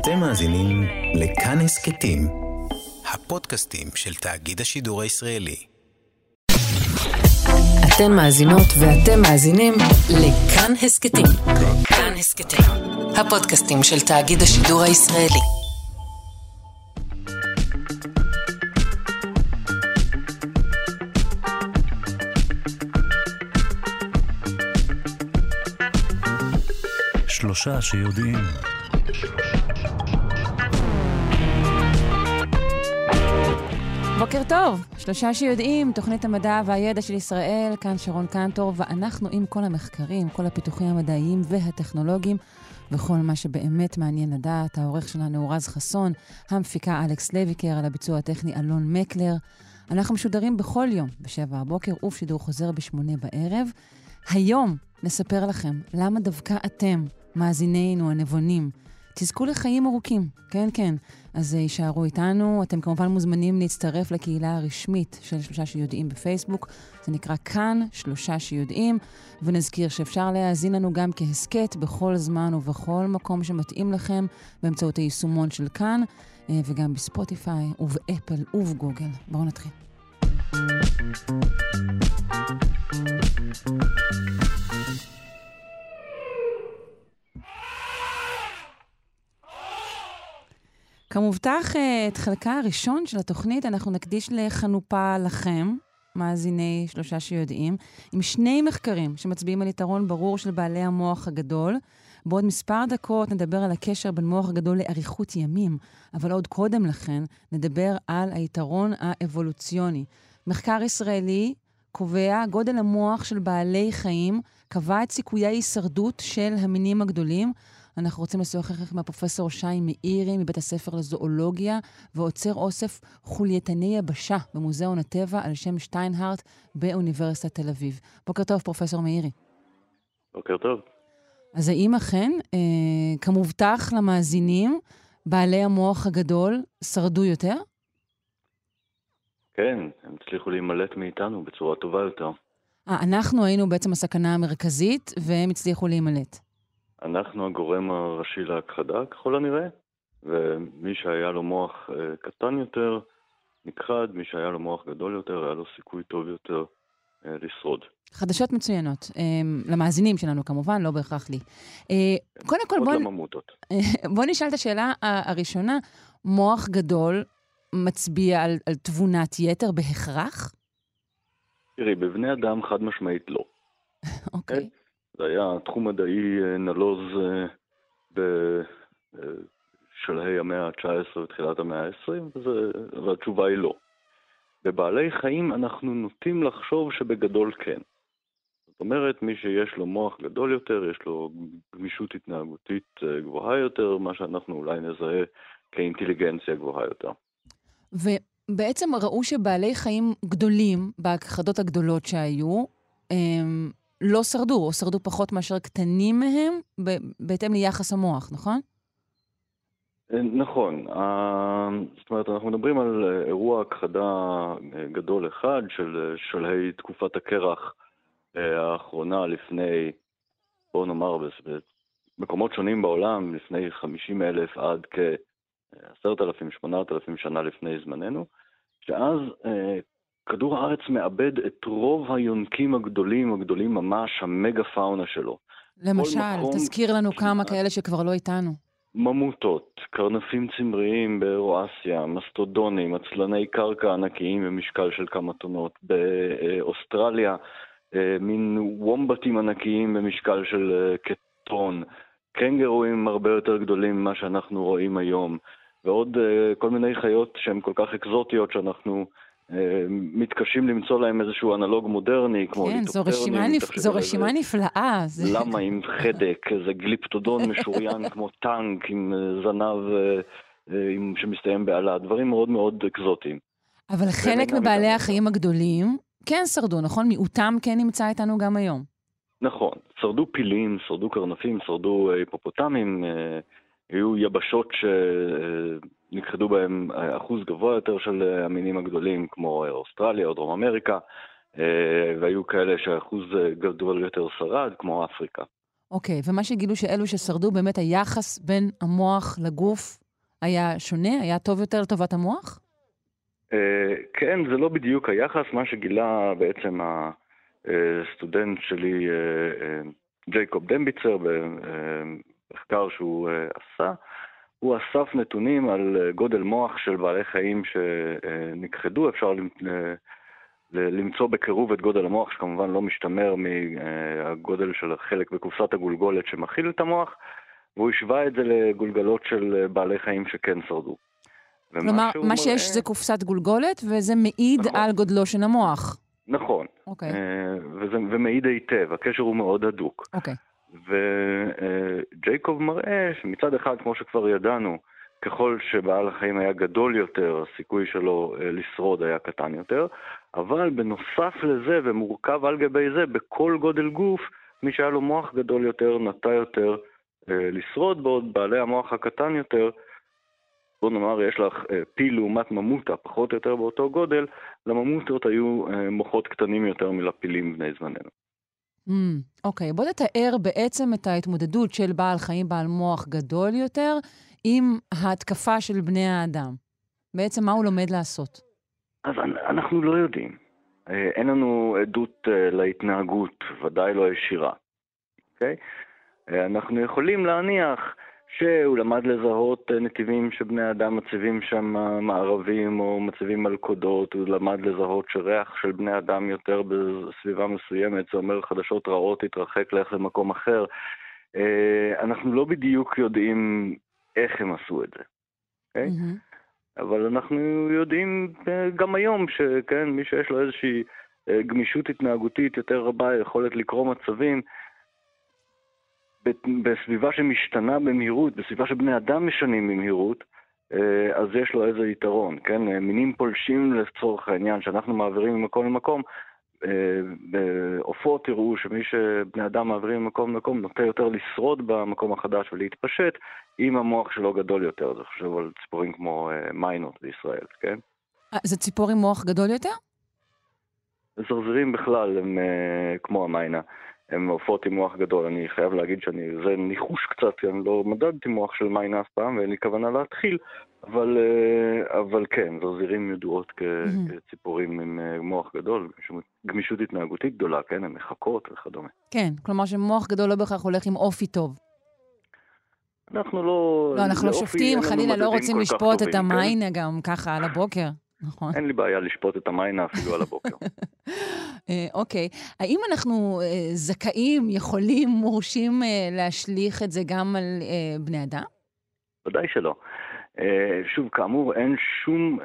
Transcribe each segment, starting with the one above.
אתם מאזינים לכאן הסכתים, הפודקאסטים של תאגיד השידור הישראלי. אתן מאזינות ואתם מאזינים לכאן הסכתים. כאן הסכתים, הפודקאסטים של תאגיד השידור הישראלי. שלושה שיודעים. בוקר טוב, שלושה שיודעים, תוכנית המדע והידע של ישראל, כאן שרון קנטור, ואנחנו עם כל המחקרים, כל הפיתוחים המדעיים והטכנולוגיים, וכל מה שבאמת מעניין לדעת. העורך שלנו הוא רז חסון, המפיקה אלכס לויקר, על הביצוע הטכני אלון מקלר. אנחנו משודרים בכל יום, ב7 הבוקר, ובשידור חוזר ב8 בערב. היום נספר לכם למה דווקא אתם, מאזינינו הנבונים, תזכו לחיים ארוכים. כן, כן. אז יישארו איתנו. אתם כמובן מוזמנים להצטרף לקהילה הרשמית של שלושה שיודעים בפייסבוק. זה נקרא כאן שלושה שיודעים. ונזכיר שאפשר להאזין לנו גם כהסקט בכל זמן ובכל מקום שמתאים לכם, באמצעות היישומון של כאן, וגם בספוטיפיי ובאפל ובגוגל. בואו נתחיל. כמובטח, את חלקה הראשון של התוכנית אנחנו נקדיש לחנופה לכם, מאזיני שלושה שיודעים, עם שני מחקרים שמצביעים על יתרון ברור של בעלי המוח הגדול. בעוד מספר דקות נדבר על הקשר בין מוח הגדול לאריכות ימים, אבל עוד קודם לכן נדבר על היתרון האבולוציוני. מחקר ישראלי קובע גודל המוח של בעלי חיים, קבע את סיכויי הישרדות של המינים הגדולים. אנחנו רוצים לשוחח עם הפרופסור שי מאירי מבית הספר לזואולוגיה, ועוצר אוסף חולייתני יבשה במוזיאון הטבע על שם שטיינהרט באוניברסיטת תל אביב. בוקר טוב, פרופסור מאירי. בוקר טוב. אז האם אכן, כמובטח למאזינים, בעלי המוח הגדול שרדו יותר? כן, הם הצליחו להימלט מאיתנו בצורה טובה יותר. אנחנו היינו בעצם הסכנה המרכזית, והם הצליחו להימלט. אנחנו הגורם הראשי להכחדה, ככל הנראה, ומי שהיה לו מוח קטן יותר נכחד, מי שהיה לו מוח גדול יותר, היה לו סיכוי טוב יותר לשרוד. חדשות מצוינות, למאזינים שלנו כמובן, לא בהכרח לי. קודם כל, בוא נשאל את השאלה הראשונה, מוח גדול מצביע על תבונת יתר בהכרח? תראי, בבני אדם חד משמעית לא. אוקיי. זה היה תחום מדעי נלוז בשלהי המאה ה-19 ותחילת המאה ה-20, והתשובה היא לא. בבעלי חיים אנחנו נוטים לחשוב שבגדול כן. זאת אומרת, מי שיש לו מוח גדול יותר, יש לו גמישות התנהגותית גבוהה יותר, מה שאנחנו אולי נזהה כאינטליגנציה גבוהה יותר. ובעצם ראו שבעלי חיים גדולים, בהכחדות הגדולות שהיו, לא שרדו, או שרדו פחות מאשר קטנים מהם, בהתאם ליחס המוח, נכון? נכון. זאת אומרת, אנחנו מדברים על אירוע הכחדה גדול אחד של שלהי תקופת הקרח האחרונה לפני, בואו נאמר, במקומות שונים בעולם, לפני 50,000 עד כ-10,000-8,000 שנה לפני זמננו, שאז כדור הארץ מאבד את רוב היונקים הגדולים ממש, המגה פאונה שלו. למשל, תזכיר לנו כמה כאלה שכבר לא איתנו. ממוטות, קרנפים צמריים באירואסיה, מסטודונים, עצלני קרקע ענקיים במשקל של כמה טונות. באוסטרליה, מין וומבטים ענקיים במשקל של כטון. קנגרואים הרבה יותר גדולים ממה שאנחנו רואים היום. ועוד כל מיני חיות שהן כל כך אקזוטיות שאנחנו מתקשים למצוא להם איזשהו אנלוג מודרני, כמו ליטופטרנים. זו רשימה נפלאה. למה עם חדק, זה גליפטודון משוריין כמו טנק עם זנב שמסתיים בעלה, דברים מאוד מאוד אקזוטיים. אבל חלק מבעלי החיים הגדולים כן שרדו, נכון? מיעוטם כן נמצא איתנו גם היום. נכון, שרדו פילים, שרדו קרנפים, שרדו היפופוטמים, היו יבשות שנכחדו בהם אחוז גבוה יותר של המינים הגדולים, כמו אוסטרליה או דרום אמריקה, והיו כאלה שאחוז גדול יותר שרד, כמו אפריקה. אוקיי, ומה שגילו שאלו ששרדו באמת היחס בין המוח לגוף היה שונה? היה טוב יותר לטובת המוח? כן, זה לא בדיוק היחס. מה שגילה בעצם הסטודנט שלי, ג'ייקוב דמביצר, במחקר שהוא עשה, הוא אסף נתונים על גודל מוח של בעלי חיים שנכחדו. אפשר למצוא בקירוב את גודל המוח, שכמובן לא משתמר מהגודל של החלק בקופסת הגולגולת שמכיל את המוח, והוא השווה את זה לגולגלות של בעלי חיים שכן שרדו. כלומר, מה שיש זה קופסת גולגולת, וזה מעיד על גודלו של המוח. נכון. אוקיי. ומעיד היטב, הקשר הוא מאוד הדוק. אוקיי. וג'ייקוב מראה שמצד אחד, כמו שכבר ידענו, ככל שבעל החיים היה גדול יותר, הסיכוי שלו לשרוד היה קטן יותר, אבל בנוסף לזה ומורכב על גבי זה, בכל גודל גוף, מי שהיה לו מוח גדול יותר נטה יותר לשרוד, בעוד בעלי המוח הקטן יותר, בוא נאמר, יש לך פיל לעומת ממוטה, פחות או יותר באותו גודל, לממוטות היו מוחות קטנים יותר מלפילים בני זמננו. אוקיי, בוא תתאר בעצם את ההתמודדות של בעל חיים בעל מוח גדול יותר עם ההתקפה של בני האדם. בעצם מה הוא לומד לעשות? אז אנחנו לא יודעים. אין לנו עדות להתנהגות, ודאי לא ישירה. אוקיי? אנחנו יכולים להניח שהוא למד לזהות נתיבים שבני אדם מציבים שם מערבים או מציבים מלכודות, הוא למד לזהות שריח של בני אדם יותר בסביבה מסוימת, זה אומר חדשות רעות, התרחק לך למקום אחר. אנחנו לא בדיוק יודעים איך הם עשו את זה. Okay? אבל אנחנו יודעים גם היום שכן, מי שיש לו איזושהי גמישות התנהגותית יותר רבה, יכולת לקרוא מצבים, בסביבה שמשתנה במהירות, בסביבה שבני אדם משנים במהירות, אז יש לו איזה יתרון, כן? מינים פולשים לצורך העניין שאנחנו מעבירים ממקום למקום, בעופות תראו שמי שבני אדם מעבירים ממקום למקום נוטה יותר לשרוד במקום החדש ולהתפשט, אם המוח שלו גדול יותר. זה חושב על ציפורים כמו מיינות בישראל, כן? זה ציפור עם מוח גדול יותר? זרזירים בכלל הם כמו המיינה. הם עופות עם מוח גדול. אני חייב להגיד זה ניחוש קצת, אני לא מדדתי מוח של מיינה אף פעם, ואין לי כוונה להתחיל, אבל כן, זרזירים ידועות כציפורים עם מוח גדול, גמישות התנהגותית גדולה, כן, הן מחכות וכדומה. כן, כלומר שמוח גדול לא בהכרח הולך עם אופי טוב. אנחנו לא... לא, אנחנו לא שופטים, חלילה לא רוצים לשפוט את המיינה גם ככה על הבוקר. נכון. אין לי בעיה לשפוט את המיינה אפילו על הבוקר. אוקיי. האם אנחנו זכאים, יכולים, מורשים להשליך את זה גם על בני אדם? ודאי שלא. שוב, כאמור, אין שום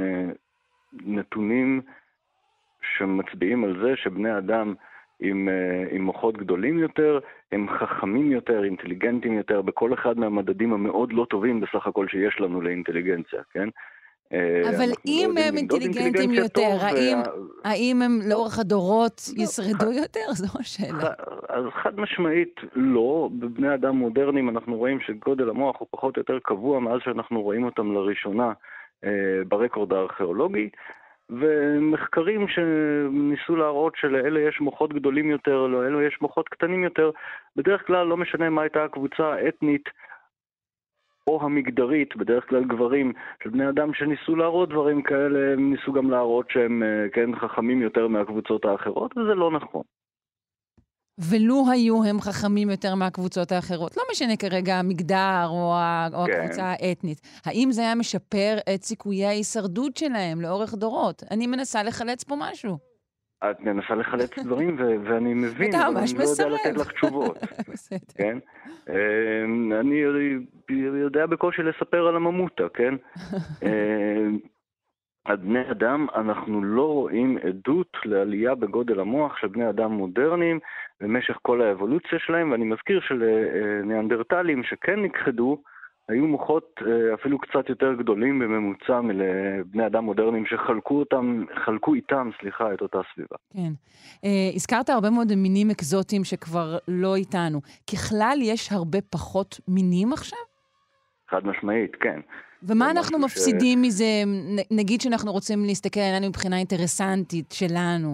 נתונים שמצביעים על זה שבני אדם עם מוחות גדולים יותר, הם חכמים יותר, אינטליגנטים יותר, בכל אחד מהמדדים המאוד לא טובים בסך הכל שיש לנו לאינטליגנציה, כן? אבל אם הם אינטליגנטים יותר, האם הם לאורך הדורות ישרדו יותר? זו השאלה. אז חד משמעית לא. בבני אדם מודרניים אנחנו רואים שגודל המוח הוא פחות או יותר קבוע מאז שאנחנו רואים אותם לראשונה ברקורד הארכיאולוגי, ומחקרים שניסו להראות שלאלה יש מוחות גדולים יותר, לאלה יש מוחות קטנים יותר, בדרך כלל לא משנה מה הייתה הקבוצה האתנית, או המגדרית, בדרך כלל גברים של בני אדם שניסו להראות דברים כאלה, הם ניסו גם להראות שהם כן חכמים יותר מהקבוצות האחרות, וזה לא נכון. ולו היו הם חכמים יותר מהקבוצות האחרות, לא משנה כרגע המגדר או הקבוצה האתנית. האם זה היה משפר את סיכויי ההישרדות שלהם לאורך דורות? אני מנסה לחלץ פה משהו. את מנסה לחלץ דברים, ואני מבין, אבל אני לא יודע לתת לך תשובות. כן? אני יודע בקושי לספר על הממוטה, כן? על בני אדם אנחנו לא רואים עדות לעלייה בגודל המוח של בני אדם מודרניים במשך כל האבולוציה שלהם, ואני מזכיר שלניאנדרטלים שכן נכחדו, היו מוחות אפילו קצת יותר גדולים בממוצע מלבני אדם מודרניים שחלקו איתם את אותה סביבה. כן. הזכרת הרבה מאוד מינים אקזוטיים שכבר לא איתנו. ככלל יש הרבה פחות מינים עכשיו? חד משמעית, כן. ומה אנחנו מפסידים מזה, נגיד שאנחנו רוצים להסתכל עלינו מבחינה אינטרסנטית שלנו,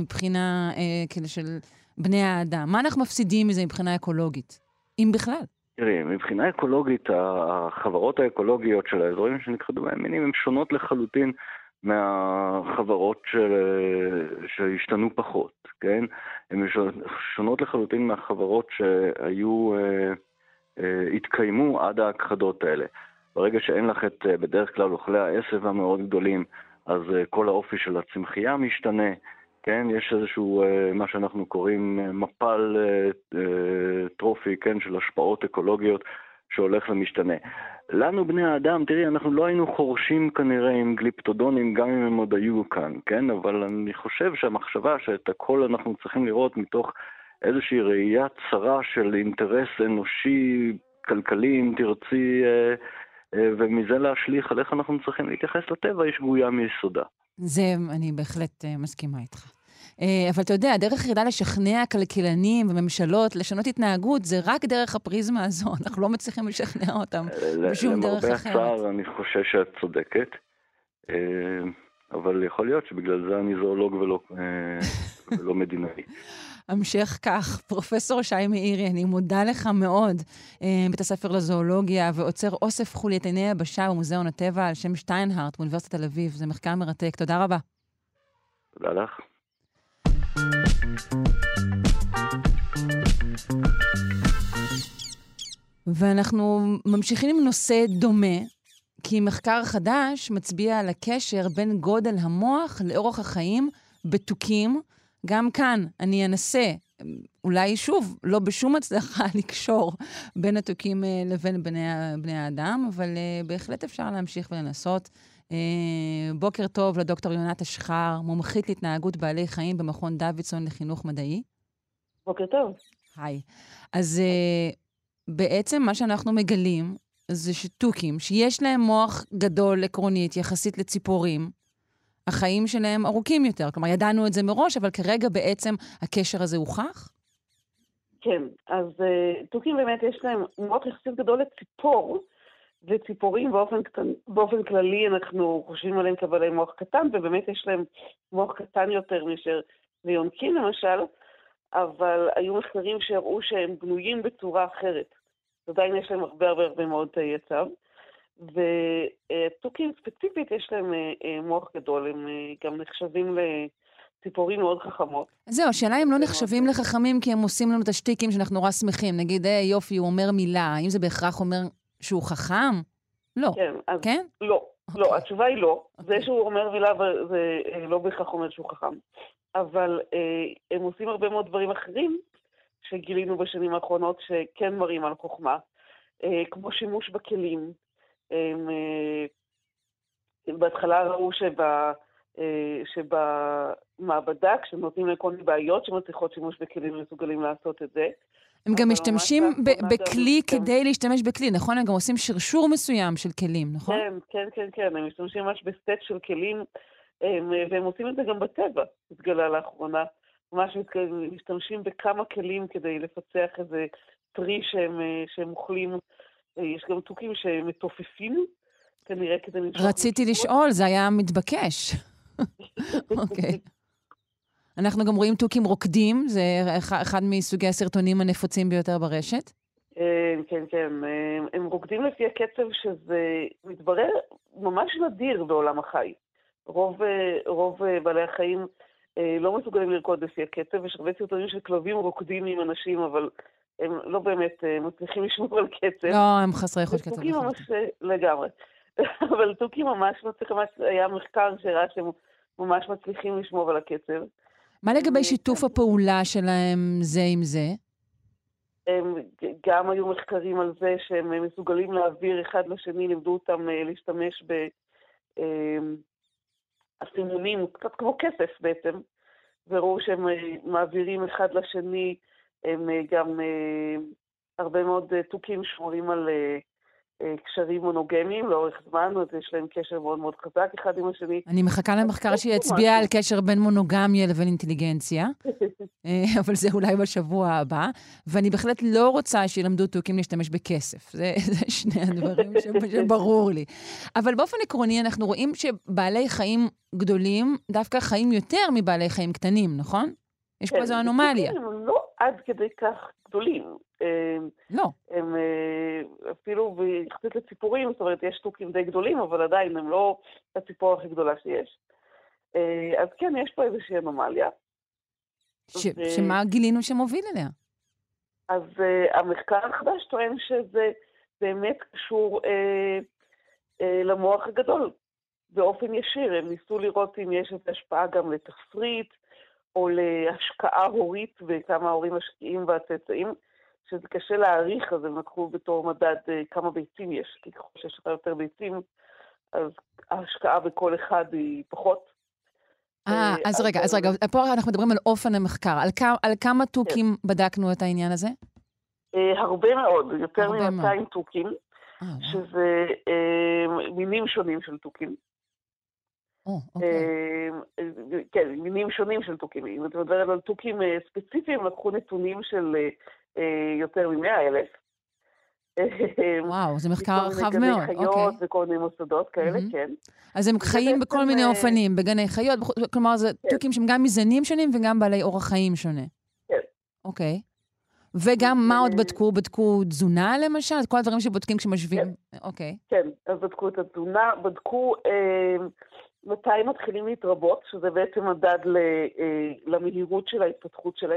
מבחינה של בני האדם, מה אנחנו מפסידים מזה מבחינה אקולוגית, אם בכלל? תראי, מבחינה אקולוגית, החברות האקולוגיות של האזורים שנכחדו בהם מינים, הן שונות לחלוטין מהחברות שהשתנו פחות, כן? הן שונות לחלוטין מהחברות התקיימו עד ההכחדות האלה. ברגע שאין לך בדרך כלל אוכלי העשב המאוד גדולים, אז כל האופי של הצמחייה משתנה, כן? יש איזשהו, מה שאנחנו קוראים מפל טרופי, כן? של השפעות אקולוגיות שהולך ומשתנה. לנו בני האדם, תראי, אנחנו לא היינו חורשים כנראה עם גליפטודונים, גם אם הם עוד היו כאן, כן? אבל אני חושב שהמחשבה שאת הכל אנחנו צריכים לראות מתוך איזושהי ראייה צרה של אינטרס אנושי, כלכלי, אם תרצי, ומזה להשליך על איך אנחנו צריכים להתייחס לטבע, היא שגויה מיסודה. זה, אני בהחלט מסכימה איתך. אבל אתה יודע, הדרך היחידה לשכנע כלכלנים וממשלות, לשנות התנהגות, זה רק דרך הפריזמה הזו. אנחנו לא מצליחים לשכנע אותם בשום דרך אחרת. למרבה הצער, אני חושב שאת צודקת, אבל יכול להיות שבגלל זה אני זואולוג ולא מדינאי. המשך כך, פרופסור שי מאירי, אני מודה לך מאוד, בית הספר לזואולוגיה ועוצר אוסף חולייתני היבשה במוזיאון הטבע על שם שטיינהרט באוניברסיטת תל אביב. זה מחקר מרתק. תודה רבה. תודה לך. ואנחנו ממשיכים עם נושא דומה, כי מחקר חדש מצביע על הקשר בין גודל המוח לאורך החיים בתוכים. גם כאן אני אנסה, אולי שוב, לא בשום הצלחה לקשור בין התוכים לבין בני האדם, אבל בהחלט אפשר להמשיך ולנסות. בוקר טוב לדוקטור יונת אשחר, מומחית להתנהגות בעלי חיים במכון דוידסון לחינוך מדעי. בוקר טוב. היי. אז בעצם מה שאנחנו מגלים זה שתוכים, שיש להם מוח גדול עקרונית יחסית לציפורים, החיים שלהם ארוכים יותר. כלומר, ידענו את זה מראש, אבל כרגע בעצם הקשר הזה הוכח? כן, אז תוכים באמת יש להם מוח יחסית גדול לציפור, וציפורים באופן כללי אנחנו חושבים עליהם כבעלי מוח קטן, ובאמת יש להם מוח קטן יותר מאשר ליונקים למשל, אבל היו מחקרים שהראו שהם בנויים בצורה אחרת. עדיין יש להם הרבה מאוד תאי עצב, ותוכים ספציפית יש להם מוח גדול, הם גם נחשבים לציפורים מאוד חכמות. זהו, השאלה אם לא נחשבים לחכמים כי הם עושים לנו את השטיקים שאנחנו נורא שמחים. נגיד, יופי, הוא אומר מילה, האם זה בהכרח אומר שהוא חכם? לא. כן, אז כן? לא. לא, התשובה היא לא. זה שהוא אומר מילה, זה לא בהכרח אומר שהוא חכם. אבל הם עושים הרבה מאוד דברים אחרים שגילינו בשנים האחרונות שכן מראים על חוכמה, כמו שימוש בכלים. בהתחלה ראו שבמעבדה, כשנותנים לכל מיני בעיות שמצליחות שימוש בכלים, מסוגלים לעשות את זה. הם גם משתמשים בכלי כדי להשתמש בכלי, נכון? הם גם עושים שרשור מסוים של כלים, נכון? כן. הם משתמשים ממש בסט של כלים, והם עושים את זה גם בטבע, התגלה לאחרונה. ממש משתמשים בכמה כלים כדי לפצח איזה פרי שהם אוכלים. יש גם תוכים שמתופפים, כנראה כדי למשוך. רציתי לשאול, זה היה מתבקש. אוקיי. אנחנו גם רואים תוכים רוקדים, זה אחד מסוגי הסרטונים הנפוצים ביותר ברשת. כן. הם רוקדים לפי הקצב שזה מתברר ממש נדיר בעולם החי. רוב בעלי החיים לא מסוגלים לרקוד לפי הקצב, יש הרבה סרטונים של כלבים רוקדים עם אנשים, אבל הם לא באמת מצליחים לשמור על קצב. לא, הם חסרי יכולת קצב. תוכים ממש לגמרי. אבל תוכים ממש מצליחים, היה מחקר שראה שהם ממש מצליחים לשמור על הקצב. מה לגבי שיתוף הפעולה שלהם זה עם זה? גם היו מחקרים על זה שהם מסוגלים להעביר אחד לשני, לימדו אותם להשתמש בסימונים, קצת כמו כסף בעצם, וראו שהם מעבירים אחד לשני, הם גם הרבה מאוד תוכים שומרים על קשרים מונוגמיים לאורך זמן, אז יש להם קשר מאוד מאוד חזק אחד עם השני. אני מחכה למחקר שיצביע על קשר בין מונוגמיה לבין אינטליגנציה, אבל זה אולי בשבוע הבא, ואני בהחלט לא רוצה שילמדו תוכים להשתמש בכסף. זה שני הדברים שברור לי. אבל באופן עקרוני אנחנו רואים שבעלי חיים גדולים דווקא חיים יותר מבעלי חיים קטנים, נכון? יש פה איזו אנומליה. עד כדי כך גדולים. לא. הם אפילו יחסית לציפורים, זאת אומרת, יש תוכים די גדולים, אבל עדיין הם לא הציפור הכי גדולה שיש. אז כן, יש פה איזושהי אנומליה. שמה גילינו שמוביל אליה? אז המחקר החדש טוען שזה באמת קשור למוח הגדול, באופן ישיר. הם ניסו לראות אם יש את השפעה גם לתפריט, או להשקעה הורית, וכמה ההורים משקיעים והצאצאים, שזה קשה להעריך, אז הם לקחו בתור מדד כמה ביצים יש, כי ככל שיש לך יותר ביצים, אז ההשקעה בכל אחד היא פחות. אז רגע, פה אנחנו מדברים על אופן המחקר. על כמה תוכים בדקנו את העניין הזה? הרבה מאוד, יותר מ-200 תוכים, שזה מינים שונים של תוכים. כן, מינים שונים של תוכים. אם אתה מדבר על תוכים ספציפיים, לקחו נתונים של יותר מ-100,000. וואו, זה מחקר רחב מאוד. בגני חיות וכל מיני מוסדות כאלה, כן. אז הם חיים בכל מיני אופנים, בגני חיות, כלומר, זה תוכים שהם גם מזנים שונים וגם בעלי אורח חיים שונה. כן. אוקיי. וגם מה עוד בדקו? בדקו תזונה למשל? את כל הדברים שבודקים כשמשווים? אוקיי. כן, אז בדקו את התזונה, בדקו מתי מתחילים להתרבות, שזה בעצם מדד למהירות של ההתפתחות שלהם.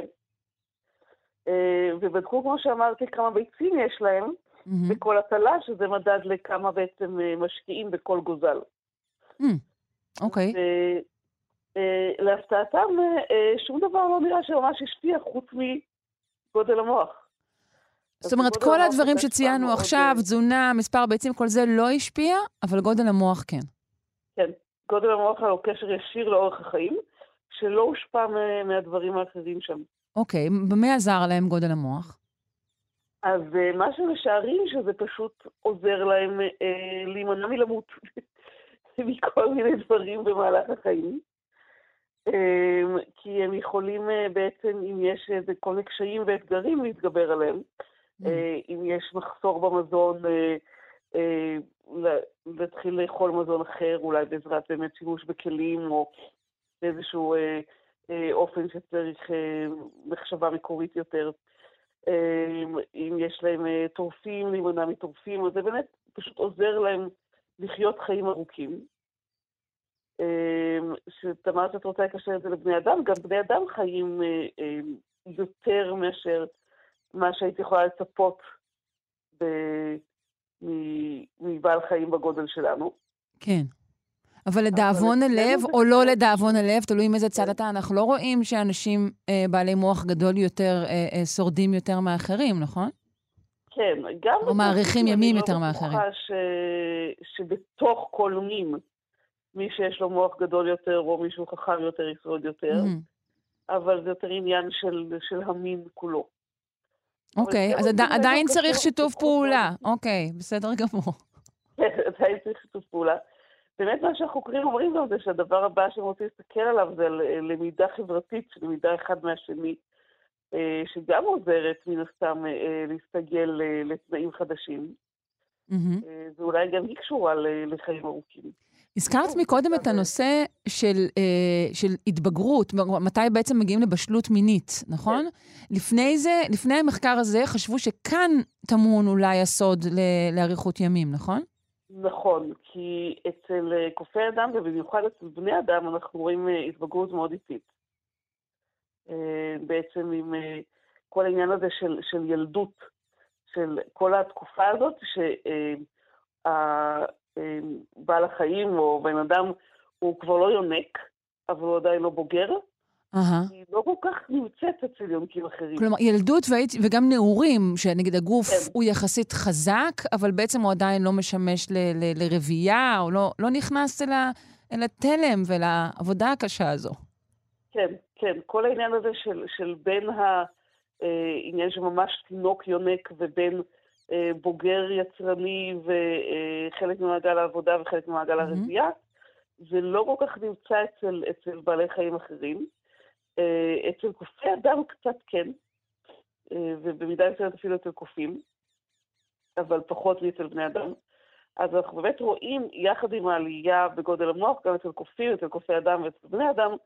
ובדקו, כמו שאמרתי, כמה ביצים יש להם, בכל הטלה, שזה מדד לכמה בעצם משקיעים בכל גוזל. אוקיי. להפתעתם, שום דבר לא נראה שממש השפיע חוץ מגודל המוח. זאת אומרת, כל הדברים שציינו עכשיו, תזונה, מספר ביצים, כל זה לא השפיע, אבל גודל המוח כן. כן, גודל המוח הוא קשר ישיר לאורך החיים, שלא הושפע מהדברים האחרים שם. אוקיי, במה עזר להם גודל המוח? אז מה שמשערים שזה פשוט עוזר להם להימנע מלמות מכל מיני דברים במהלך החיים. כי הם יכולים בעצם, אם יש איזה כל מיני קשיים ואתגרים, להתגבר עליהם. אם יש מחסור במזון, להתחיל לאכול מזון אחר, אולי בעזרת באמת שימוש בכלים, או באיזשהו אופן שצריך מחשבה מקורית יותר. אם יש להם טורפים, להימנע מטורפים, אז זה באמת פשוט עוזר להם לחיות חיים ארוכים. שתמר שאת רוצה לקשר את זה לבני אדם, גם בני אדם חיים יותר מאשר מה שהייתי יכולה לצפות מבעל חיים בגודל שלנו. כן. אבל לדאבון הלב, או לא לדאבון הלב, תלוי מאיזה צד אתה, אנחנו לא רואים שאנשים בעלי מוח גדול יותר, שורדים יותר מאחרים, נכון? כן, גם... או מעריכים ימים יותר מאחרים. אני לא בטוחה שבתוך כל מין, מי שיש לו מוח גדול יותר, או מישהו חכם יותר, ישרוד יותר, אבל זה יותר עניין של המין כולו. אוקיי, אז עדיין צריך שיתוף פעולה. אוקיי, בסדר גמור. עדיין צריך שיתוף פעולה. באמת מה שהחוקרים אומרים גם זה שהדבר הבא שהם רוצים להסתכל עליו זה למידה חברתית, למידה אחד מהשני, שגם עוזרת מן הסתם להסתגל לתנאים חדשים. ואולי גם היא קשורה לחיים ארוכים. הזכרת מקודם את הנושא של התבגרות, מתי בעצם מגיעים לבשלות מינית, נכון? לפני המחקר הזה חשבו שכאן טמון אולי הסוד לאריכות ימים, נכון? נכון, כי אצל קופי אדם ובמיוחד אצל בני אדם אנחנו רואים התבגרות מאוד איטית. בעצם עם כל העניין הזה של ילדות, של כל התקופה הזאת בעל החיים או בן אדם הוא כבר לא יונק, אבל הוא עדיין לא בוגר. היא לא כל כך נמצאת אצל יונקים אחרים. כלומר, ילדות וגם נעורים, שנגיד הגוף הוא יחסית חזק, אבל בעצם הוא עדיין לא משמש לרבייה, או לא נכנס אל התלם ולעבודה הקשה הזו. כן, כן. כל העניין הזה של בין העניין שממש תינוק יונק ובין בוגר יצרני וחלק ממעגל העבודה וחלק ממעגל הרבייה, זה לא כל כך נמצא אצל בעלי חיים אחרים. אצל קופי אדם קצת כן, ובמידה מסוימת אפילו אצל קופים, אבל פחות מאצל בני אדם. אז אנחנו באמת רואים, יחד עם העלייה בגודל המוח, גם אצל קופים, אצל קופי אדם ואצל בני אדם,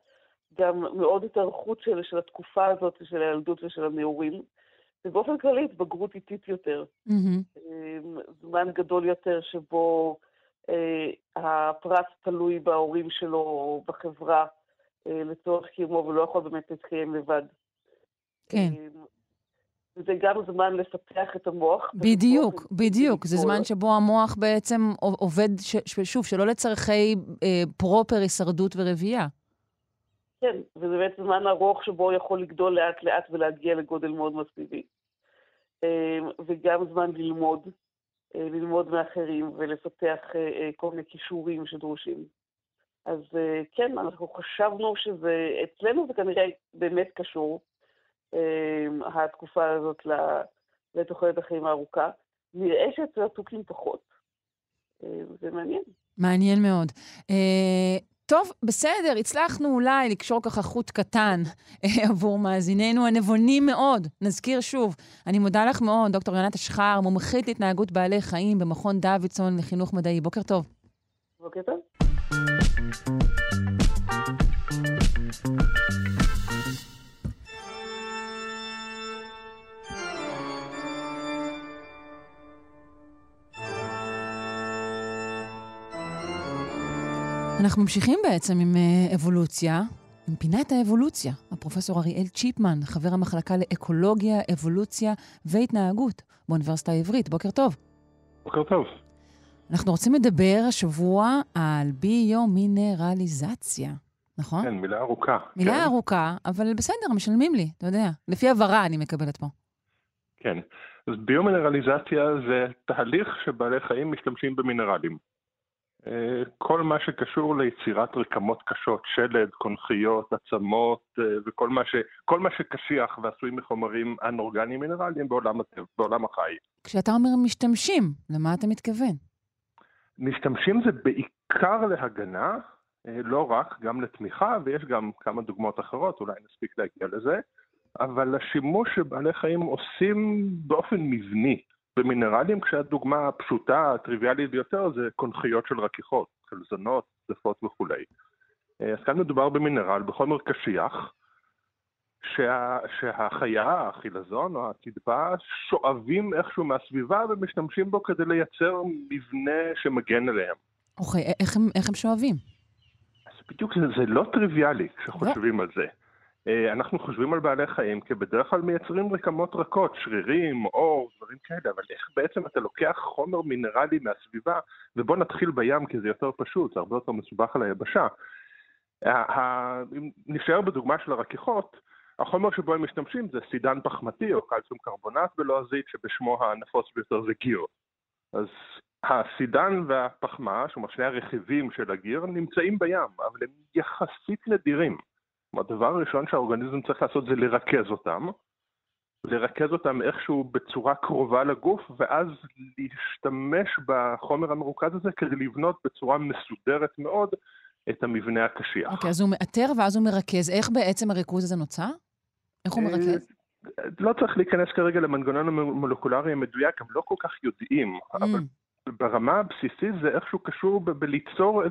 גם מאוד התארכות של התקופה הזאת, של הילדות ושל הנעורים, ובאופן כללי התבגרות איטית יותר. זמן גדול יותר שבו הפרט תלוי בהורים שלו או בחברה לצורך קיומו, ולא יכול באמת להתקיים לבד. כן. וזה גם זמן לפתח את המוח. בדיוק, בדיוק. זה זמן שבו המוח בעצם עובד, שוב, שלא לצרכי פרופר הישרדות ורבייה. כן, וזה באמת זמן ארוך שבו הוא יכול לגדול לאט לאט ולהגיע לגודל מאוד מסיבי. וגם זמן ללמוד מאחרים ולפתח כל מיני כישורים שדרושים. אז כן, אנחנו חשבנו שזה, אצלנו זה כנראה באמת קשור, התקופה הזאת לתוחלת החיים הארוכה. נראה שאצל התוכים פחות. זה מעניין. מעניין מאוד. טוב, בסדר, הצלחנו אולי לקשור ככה חוט קטן עבור מאזיננו הנבונים מאוד. נזכיר שוב, אני מודה לך מאוד, דוקטור יונת אשחר, מומחית להתנהגות בעלי חיים במכון דוידסון לחינוך מדעי. בוקר טוב. בוקר טוב. אנחנו ממשיכים בעצם עם אבולוציה, עם פינת האבולוציה. הפרופסור אריאל צ'יפמן, חבר המחלקה לאקולוגיה, אבולוציה והתנהגות באוניברסיטה העברית. בוקר טוב. בוקר טוב. אנחנו רוצים לדבר השבוע על ביומינרליזציה, נכון? כן, מילה ארוכה. מילה כן. ארוכה, אבל בסדר, משלמים לי, אתה יודע. לפי הבהרה אני מקבלת פה. כן. אז ביומינרליזציה זה תהליך שבעלי חיים משתמשים במינרלים. כל מה שקשור ליצירת רקמות קשות, שלד, קונכיות, עצמות, וכל מה שקשיח ועשוי מחומרים אנורגניים מינרליים בעולם החי. כשאתה אומר משתמשים, למה אתה מתכוון? משתמשים זה בעיקר להגנה, לא רק, גם לתמיכה, ויש גם כמה דוגמאות אחרות, אולי נספיק להגיע לזה, אבל השימוש שבעלי חיים עושים באופן מבני, במינרלים, כשהדוגמה הפשוטה, הטריוויאלית ביותר, זה קונכיות של רכיכות, חלזונות, צפות וכו'. אז כאן מדובר במינרל, בחומר קשיח, שהחיה, החילזון או הקדבה, שואבים איכשהו מהסביבה ומשתמשים בו כדי לייצר מבנה שמגן עליהם. אוקיי, איך הם שואבים? אז בדיוק זה לא טריוויאלי כשחושבים על זה. אנחנו חושבים על בעלי חיים כבדרך כלל מייצרים רקמות רכות, שרירים, אור, דברים כאלה, אבל איך בעצם אתה לוקח חומר מינרלי מהסביבה, ובוא נתחיל בים כי זה יותר פשוט, זה הרבה יותר מסובך על היבשה. אם נשאר בדוגמה של הרכיכות, החומר שבו הם משתמשים זה סידן פחמתי או קלציום קרבונט בלועזית, שבשמו הנפוץ ביותר זה גיר. אז הסידן והפחמה, שהם שני הרכיבים של הגיר, נמצאים בים, אבל הם יחסית נדירים. הדבר הראשון שהאורגניזם צריך לעשות זה לרכז אותם איכשהו בצורה קרובה לגוף, ואז להשתמש בחומר המרוכז הזה כדי לבנות בצורה מסודרת מאוד את המבנה הקשיח. אוקיי, אז הוא מאתר ואז הוא מרכז. איך בעצם הריכוז הזה נוצר? איך הוא מרכז? לא צריך להיכנס כרגע למנגנון המולקולרי המדויק, הם לא כל כך יודעים, אבל ברמה הבסיסית זה איכשהו קשור בליצור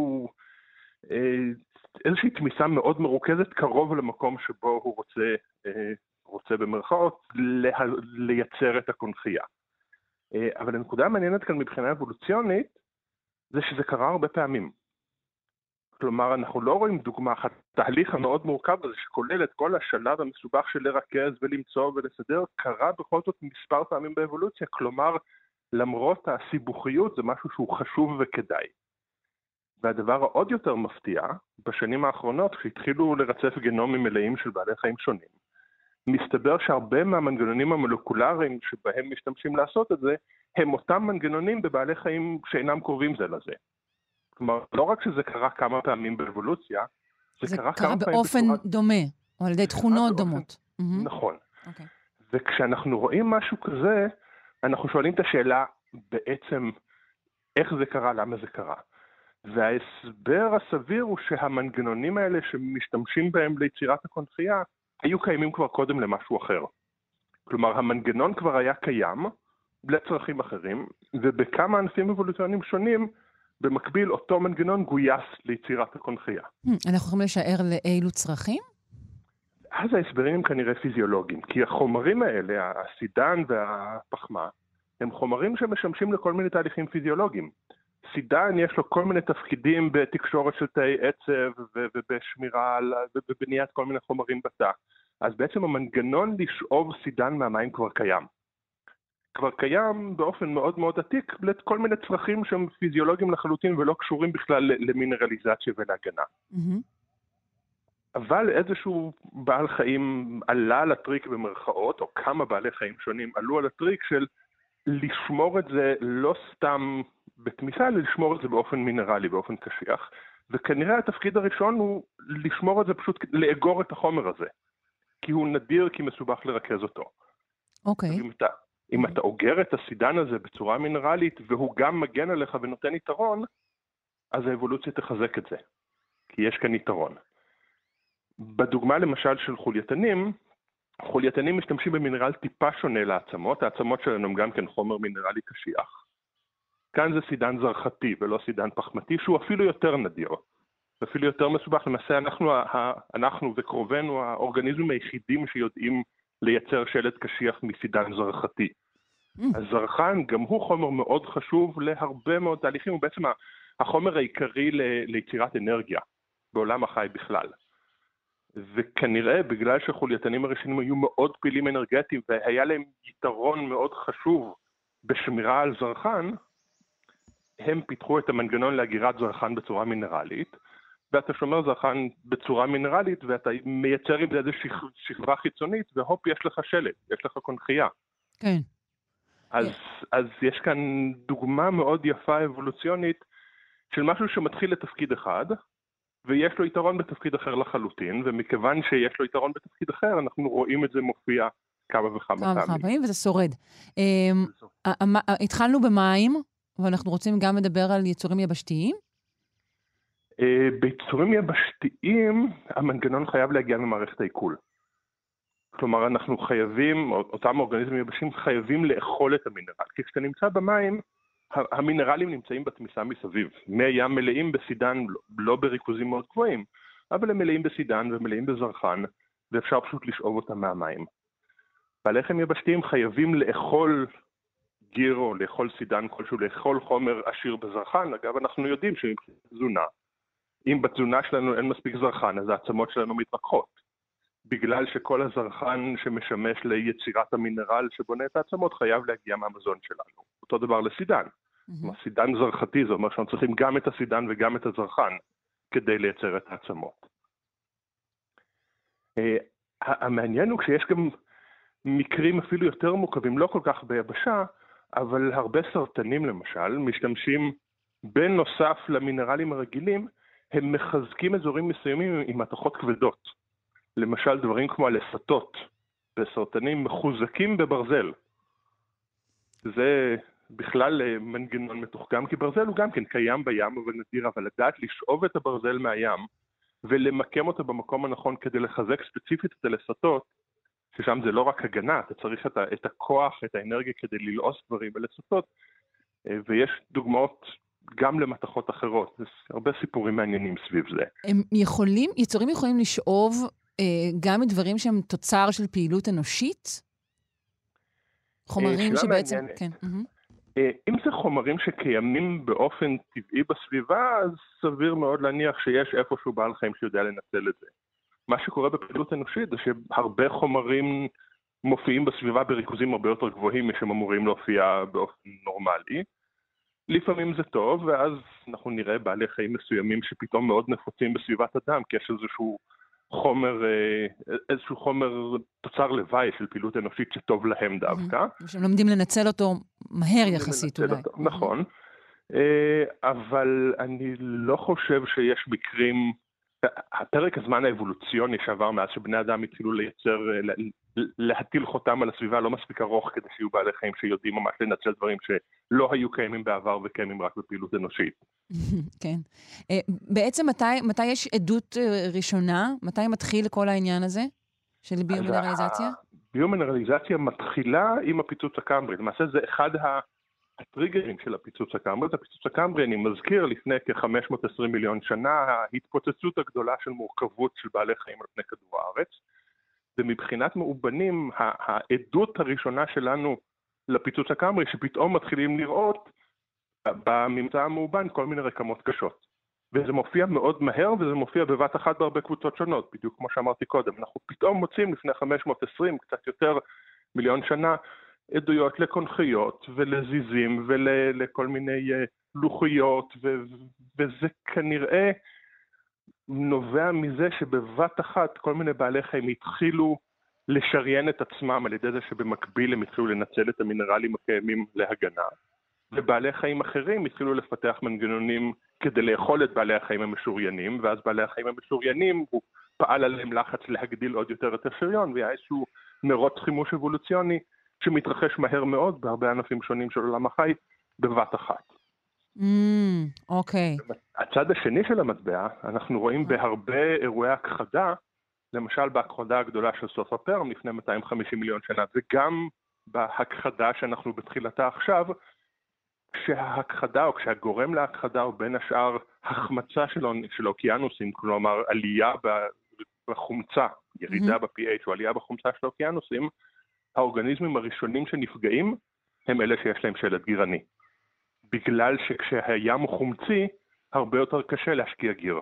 איזושהי תמיסה מאוד מרוכזת קרוב למקום שבו הוא רוצה במרכאות לייצר את הקונכייה. אבל הנקודה המעניינת כאן מבחינה אבולוציונית זה שזה קרה הרבה פעמים. כלומר, אנחנו לא רואים דוגמה אחת, התהליך המאוד מורכב הזה שכולל את כל השלב המסובך של לרכז ולמצוא ולסדר, קרה בכל זאת מספר פעמים באבולוציה, כלומר, למרות הסיבוכיות זה משהו שהוא חשוב וכדאי. והדבר העוד יותר מפתיע, בשנים האחרונות, כשהתחילו לרצף גנומים מלאים של בעלי חיים שונים, מסתבר שהרבה מהמנגנונים המולקולריים שבהם משתמשים לעשות את זה, הם אותם מנגנונים בבעלי חיים שאינם קרובים זה לזה. כלומר, לא רק שזה קרה כמה פעמים באבולוציה, זה קרה כמה פעמים באופן דומה, או על ידי תכונות דומות. נכון. וכשאנחנו רואים משהו כזה, אנחנו שואלים את השאלה בעצם איך זה קרה, למה זה קרה. וההסבר הסביר הוא שהמנגנונים האלה שמשתמשים בהם ליצירת הקונכייה, היו קיימים כבר קודם למשהו אחר. כלומר, המנגנון כבר היה קיים לצרכים אחרים, ובכמה ענפים אבולוציוניים שונים, במקביל אותו מנגנון גויס ליצירת הקונכייה. אנחנו יכולים לשער לאילו צרכים? אז ההסברים הם כנראה פיזיולוגיים, כי החומרים האלה, הסידן והפחמה, הם חומרים שמשמשים לכל מיני תהליכים פיזיולוגיים. סידן יש לו כל מיני תפקידים בתקשורת של תאי עצב ובשמירה ובבניית כל מיני חומרים בתא. אז בעצם המנגנון לשאוב סידן מהמים כבר קיים. כבר קיים באופן מאוד מאוד עתיק לכל מיני צרכים שהם פיזיולוגיים לחלוטין ולא קשורים בכלל למינרליזציה ולהגנה. אבל איזשהו בעל חיים עלה על הטריק במרכאות, או כמה בעלי חיים שונים עלו על הטריק של לשמור את זה לא סתם בתמיסה, אלא לשמור את זה באופן מינרלי, באופן קשיח. וכנראה התפקיד הראשון הוא לשמור את זה, פשוט לאגור את החומר הזה. כי הוא נדיר, כי מסובך לרכז אותו. אוקיי. אם אתה אוגר את הסידן הזה בצורה מינרלית, והוא גם מגן עליך ונותן יתרון, אז האבולוציה תחזק את זה. כי יש כאן יתרון. בדוגמה למשל של חולייתנים, חולייתנים משתמשים במינרל טיפה שונה לעצמות, העצמות שלנו הם גם כן חומר מינרלי קשיח. כאן זה סידן זרחתי ולא סידן פחמתי, שהוא אפילו יותר נדיר, אפילו יותר מסובך. למעשה אנחנו וקרובנו האורגניזמים היחידים שיודעים לייצר שלד קשיח מסידן זרחתי. הזרחן גם הוא חומר מאוד חשוב להרבה מאוד תהליכים, הוא בעצם החומר העיקרי ליצירת אנרגיה בעולם החי בכלל. וכנראה בגלל שחולייתנים הראשונים היו מאוד פעילים אנרגטיים והיה להם יתרון מאוד חשוב בשמירה על זרחן, הם פיתחו את המנגנון להגירת זרחן בצורה מינרלית, ואתה שומר זרחן בצורה מינרלית ואתה מייצר עם זה איזו שכבה חיצונית, והופ, יש לך שלד, יש לך קונכייה. כן. אז יש כאן דוגמה מאוד יפה אבולוציונית של משהו שמתחיל לתפקיד אחד, ויש לו יתרון בתפקיד אחר לחלוטין, ומכיוון שיש לו יתרון בתפקיד אחר, אנחנו רואים את זה מופיע כמה וכמה פעמים. וזה שורד. התחלנו במים, ואנחנו רוצים גם לדבר על יצורים יבשתיים? ביצורים יבשתיים, המנגנון חייב להגיע ממערכת העיכול. כלומר, אנחנו חייבים, אותם אורגניזמים יבשתיים חייבים לאכול את המינרל. כי כשאתה נמצא במים, המינרלים נמצאים בתמיסה מסביב. מי הים מלאים בסידן, לא בריכוזים מאוד גבוהים, אבל הם מלאים בסידן ומלאים בזרחן, ואפשר פשוט לשאוב אותם מהמים. בעלי חיים יבשתיים חייבים לאכול גיר או לאכול סידן כלשהו, לאכול חומר עשיר בזרחן. אגב, אנחנו יודעים שמבחינת תזונה, אם בתזונה שלנו אין מספיק זרחן, אז העצמות שלנו מתפתחות. בגלל שכל הזרחן שמשמש ליצירת המינרל שבונה את העצמות חייב להגיע מהמזון שלנו. אותו דבר לסידן. סידן זרחתי, זה אומר שאנחנו צריכים גם את הסידן וגם את הזרחן כדי לייצר את העצמות. המעניין הוא כשיש גם מקרים אפילו יותר מורכבים, לא כל כך ביבשה, אבל הרבה סרטנים למשל משתמשים בנוסף למינרלים הרגילים, הם מחזקים אזורים מסוימים עם מתכות כבדות. למשל דברים כמו הלסתות בסרטנים מחוזקים בברזל. זה בכלל מנגנון מתוחכם, כי ברזל הוא גם כן קיים בים אבל נדיר, אבל לדעת לשאוב את הברזל מהים ולמקם אותו במקום הנכון כדי לחזק ספציפית את הלסתות, ששם זה לא רק הגנה, אתה צריך את הכוח, את האנרגיה כדי ללעוס דברים בלסתות, ויש דוגמאות גם למתכות אחרות. יש הרבה סיפורים מעניינים סביב זה. יצורים יכולים לשאוב גם מדברים שהם תוצר של פעילות אנושית? חומרים שבעצם... כן. אם זה חומרים שקיימים באופן טבעי בסביבה, אז סביר מאוד להניח שיש איפשהו בעל חיים שיודע לנצל את זה. מה שקורה בפעילות אנושית זה שהרבה חומרים מופיעים בסביבה בריכוזים הרבה יותר גבוהים משהם אמורים להופיע באופן נורמלי. לפעמים זה טוב, ואז אנחנו נראה בעלי חיים מסוימים שפתאום מאוד נפוצים בסביבת אדם, כי יש איזשהו חומר תוצר לוואי של פעילות אנושית שטוב להם דווקא. שהם לומדים לנצל אותו מהר יחסית אולי. נכון, אבל אני לא חושב שיש מקרים, הפרק הזמן האבולוציוני שעבר מאז שבני אדם התחילו להטיל חותם על הסביבה לא מספיק ארוך כדי שיהיו בעלי חיים שיודעים ממש לנצל דברים שלא היו קיימים בעבר וקיימים רק בפעילות אנושית. כן. בעצם מתי יש עדות ראשונה? מתי מתחיל כל העניין הזה של ביומינרליזציה? ביומינרליזציה מתחילה עם הפיצוץ הקמברי. למעשה זה אחד הטריגרים של הפיצוץ הקמברי. הפיצוץ הקמברי, אני מזכיר, לפני כ-520 מיליון שנה, ההתפוצצות הגדולה של מורכבות של בעלי חיים על פני כדור הארץ. ומבחינת מאובנים, העדות הראשונה שלנו לפיצוץ הקמברי, שפתאום מתחילים לראות בממצא המאובן כל מיני רקמות קשות. וזה מופיע מאוד מהר, וזה מופיע בבת אחת בהרבה קבוצות שונות, בדיוק כמו שאמרתי קודם. אנחנו פתאום מוצאים לפני 520, קצת יותר מיליון שנה, עדויות לקונכיות ולזיזים ולכל מיני לוחיות, וזה כנראה נובע מזה שבבת אחת כל מיני בעלי חיים התחילו לשריין את עצמם על ידי זה שבמקביל הם התחילו לנצל את המינרלים הקיימים להגנה. ובעלי חיים אחרים התחילו לפתח מנגנונים כדי לאכול את בעלי החיים המשוריינים, ואז בעלי החיים המשוריינים הוא פעל עליהם לחץ להגדיל עוד יותר את השריון, והיה איזשהו מרוץ חימוש אבולוציוני שמתרחש מהר מאוד בהרבה ענפים שונים של עולם החי בבת אחת. אוקיי. הצד השני של המטבע, אנחנו רואים בהרבה אירועי הכחדה, למשל בהכחדה הגדולה של סוף הפרם לפני 250 מיליון שנה, וגם בהכחדה שאנחנו בתחילתה עכשיו, כשההכחדה או כשהגורם להכחדה הוא בין השאר החמצה של האוקיינוסים, כלומר עלייה בחומצה, ירידה ב-pH או עלייה בחומצה של האוקיינוסים, האורגניזמים הראשונים שנפגעים הם אלה שיש להם שלד גירני. בגלל שכשהים הוא חומצי, הרבה יותר קשה להשקיע גיר.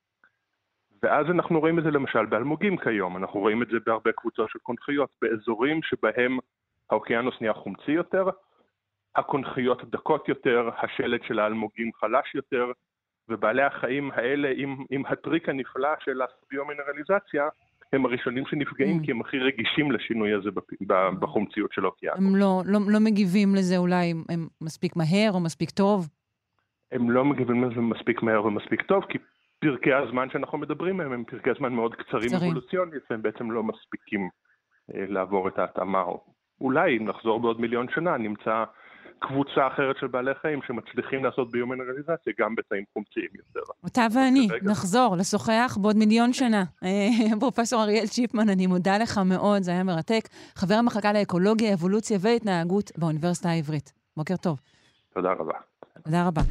ואז אנחנו רואים את זה למשל באלמוגים כיום, אנחנו רואים את זה בהרבה קבוצות של קונכיות, באזורים שבהם האוקיינוס נהיה חומצי יותר, הקונכיות דקות יותר, השלד של האלמוגים חלש יותר, ובעלי החיים האלה עם הטריק הנפלא של הביומינרליזציה, הם הראשונים שנפגעים כי הם הכי רגישים לשינוי הזה בחומציות של האוקיינוס. הם לא מגיבים לזה אולי הם מספיק מהר או מספיק טוב? הם לא מגיבים לזה מספיק מהר ומספיק טוב, כי פרקי הזמן שאנחנו מדברים מהם הם פרקי הזמן מאוד קצרים אבולוציונית, והם בעצם לא מספיקים לעבור את ההתאמה. אולי אם נחזור בעוד מיליון שנה, נמצא קבוצה אחרת של בעלי חיים שמצליחים לעשות ביומינרליזציה גם בתאים חומציים יותר. אותה ואני, נחזור לשוחח בעוד מיליון שנה. פרופסור אריאל צ'יפמן, אני מודה לך מאוד, זה היה מרתק. חבר המחלקה לאקולוגיה, אבולוציה והתנהגות באוניברסיטה העברית. בוקר טוב. תודה רבה. תודה רבה.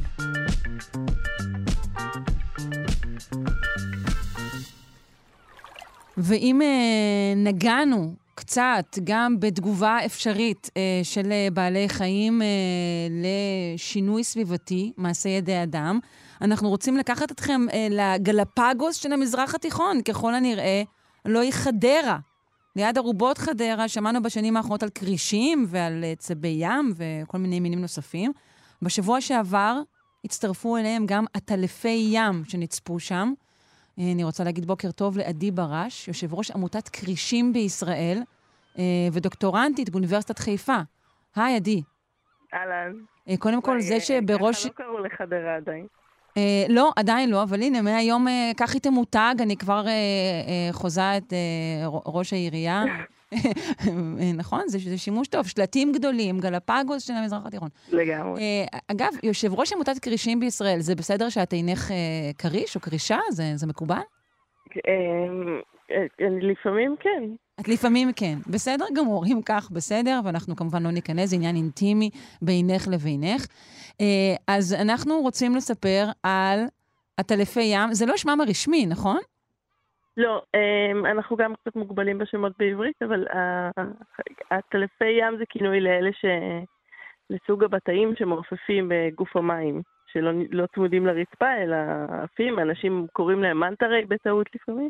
ואם נגענו קצת גם בתגובה אפשרית של בעלי חיים לשינוי סביבתי, מעשה ידי אדם, אנחנו רוצים לקחת אתכם לגלפגוס של המזרח התיכון, ככל הנראה לא היא חדרה. ליד ארובות חדרה שמענו בשנים האחרונות על קרישים ועל צבי ים וכל מיני מינים נוספים. בשבוע שעבר הצטרפו אליהם גם עטלפי ים שנצפו שם. אני רוצה להגיד בוקר טוב לעדי ברש, יושב ראש עמותת קרישים בישראל, ודוקטורנטית באוניברסיטת חיפה. היי, עדי. אהלן. קודם כל, זה שבראש... ככה לא קראו לחדרה עדיין. לא, עדיין לא, אבל הנה, מהיום כך איתם מותג, אני כבר חוזה את ראש העירייה. נכון? זה שימוש טוב. שלטים גדולים, גלפגוס של המזרח התיכון. לגמרי. אגב, יושב ראש עמותת קרישים בישראל, זה בסדר שאת אינך קריש או קרישה? זה מקובל? לפעמים כן. את לפעמים כן. בסדר גמור, אם כך בסדר, ואנחנו כמובן לא ניכנס, זה עניין אינטימי בינך לבינך. אז אנחנו רוצים לספר על עטלפי ים. זה לא שמם הרשמי, נכון? לא, אנחנו גם קצת מוגבלים בשמות בעברית, אבל עטלפי ים זה כינוי לאלה לסוג הבתאים שמעופפים בגוף המים, שלא צמודים לרצפה, אלא עפים, אנשים קוראים להם מנטרי בטעות לפעמים.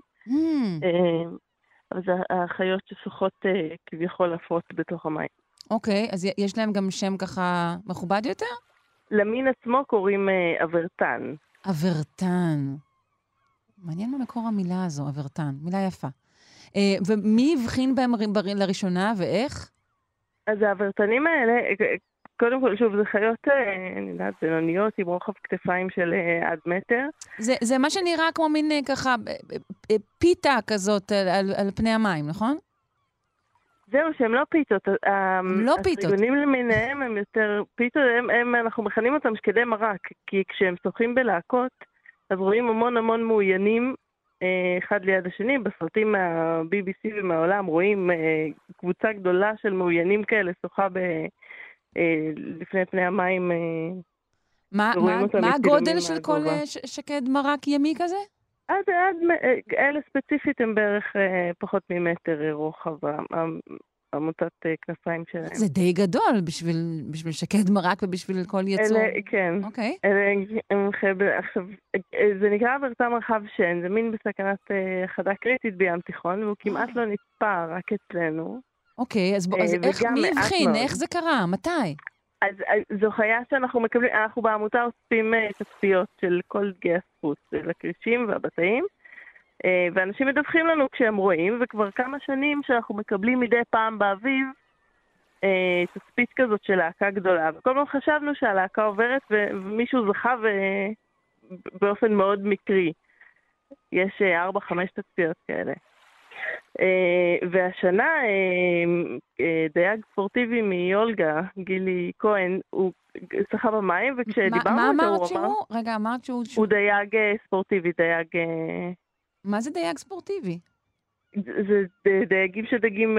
אז החיות ששוחות כביכול עפות בתוך המים. אוקיי, אז יש להם גם שם ככה מכובד יותר? למין עצמו קוראים אברטן. אברטן. מעניין מה מקור המילה הזו, אברטן. מילה יפה. ומי הבחין בהם לראשונה ואיך? אז האברטנים האלה, קודם כל, שוב, זה חיות, אני יודעת, בינוניות עם רוחב כתפיים של עד מטר. זה מה שנראה כמו מין ככה פיתה כזאת על פני המים, נכון? זהו, שהם לא פיתות. לא פיתות. הסטריגונים למיניהם הם יותר פיתות, אנחנו מכנים אותם שקדי מרק, כי כשהם שוחים בלהקות, אז רואים המון מאוינים אחד ליד השני. בסרטים מה-BBC ומהעולם רואים קבוצה גדולה של מאוינים כאלה שוחה לפני פני המים. מה הגודל של כל שקד מרק ימי כזה? אלה ספציפית הם בערך פחות ממטר רוחב, עמותת כנפיים שלהם. זה די גדול בשביל שקד מרק ובשביל כל יצור. כן. אוקיי. עכשיו, זה נקרא ברצה מרחב שן, זה מין בסכנת חדה קריטית בים תיכון, והוא כמעט לא נצפה רק אצלנו. אוקיי, אז מי הבחין? איך זה קרה? מתי? אז זו חיה שאנחנו מקבלים, אנחנו בעמותה עושים תצפיות של כל דגי הספוס, לקרישים והבתאים, ואנשים מדווחים לנו כשהם רואים, וכבר כמה שנים שאנחנו מקבלים מדי פעם באביב תצפית כזאת של להקה גדולה, וכל הזמן חשבנו שהלהקה עוברת ומישהו זכה באופן מאוד מקרי. יש 4-5 תצפיות כאלה. והשנה דייג ספורטיבי מיולגה, גילי כהן, הוא שחה במים, וכשדיברנו אותו הוא אמר... רגע, אמרת שהוא... הוא דייג ספורטיבי, דייג... מה זה דייג ספורטיבי? זה דייגים שדגים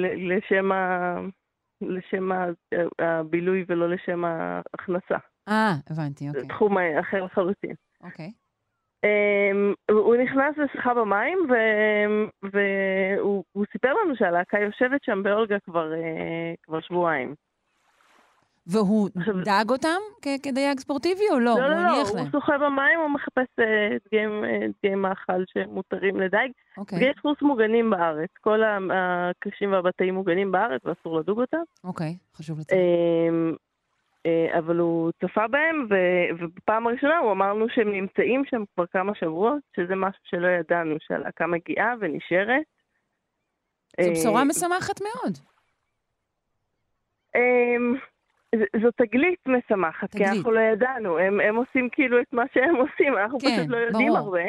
לשם הבילוי ולא לשם ההכנסה. הבנתי, אוקיי. זה תחום אחר לחלוטין. אוקיי. הוא נכנס לשחה במים, והוא סיפר לנו שהלהקה יושבת שם באולגה כבר שבועיים. והוא דאג אותם כדייג ספורטיבי או לא? לא, הוא שוחה במים, הוא מחפש דגי מאכל שמותרים לדייג. דגי ספוס מוגנים בארץ, כל הקרישים והבתאים מוגנים בארץ ואסור לדוג אותם. אוקיי, חשוב לציין. אבל הוא צפה בהם, ובפעם הראשונה הוא אמרנו שהם נמצאים שם כבר כמה שבועות, שזה משהו שלא ידענו, שהלהקה מגיעה ונשארת. זו בשורה משמחת מאוד. זו תגלית משמחת, כי אנחנו לא ידענו, הם עושים כאילו את מה שהם עושים, אנחנו פשוט לא יודעים הרבה.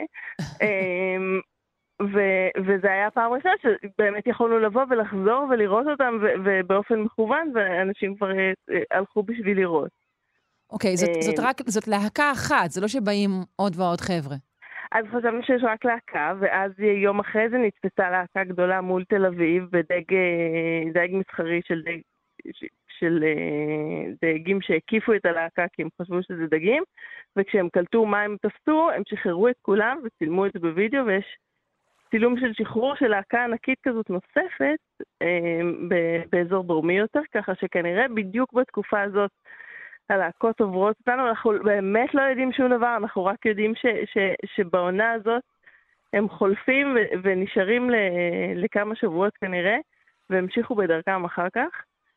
וזה היה פעם ראשונה שבאמת יכולנו לבוא ולחזור ולראות אותם ובאופן מכוון, ואנשים כבר הלכו בשביל לראות. אוקיי, זאת להקה אחת, זה לא שבאים עוד ועוד חבר'ה. אז חשבנו שיש רק להקה, ואז יום אחרי זה נצפתה להקה גדולה מול תל אביב, בדייג מסחרי של דייגים שהקיפו את הלהקה, כי הם חשבו שזה דגים, וכשהם קלטו מה הם תפסו, הם שחררו את כולם וצילמו את זה בווידאו, ויש צילום של שחרור של להקה ענקית כזאת נוספת באזור דרומי יותר, ככה שכנראה בדיוק בתקופה הזאת הלהקות עוברות אותנו, אנחנו באמת לא יודעים שום דבר, אנחנו רק יודעים שבעונה הזאת הם חולפים ונשארים לכמה שבועות כנראה, והמשיכו בדרכם אחר כך.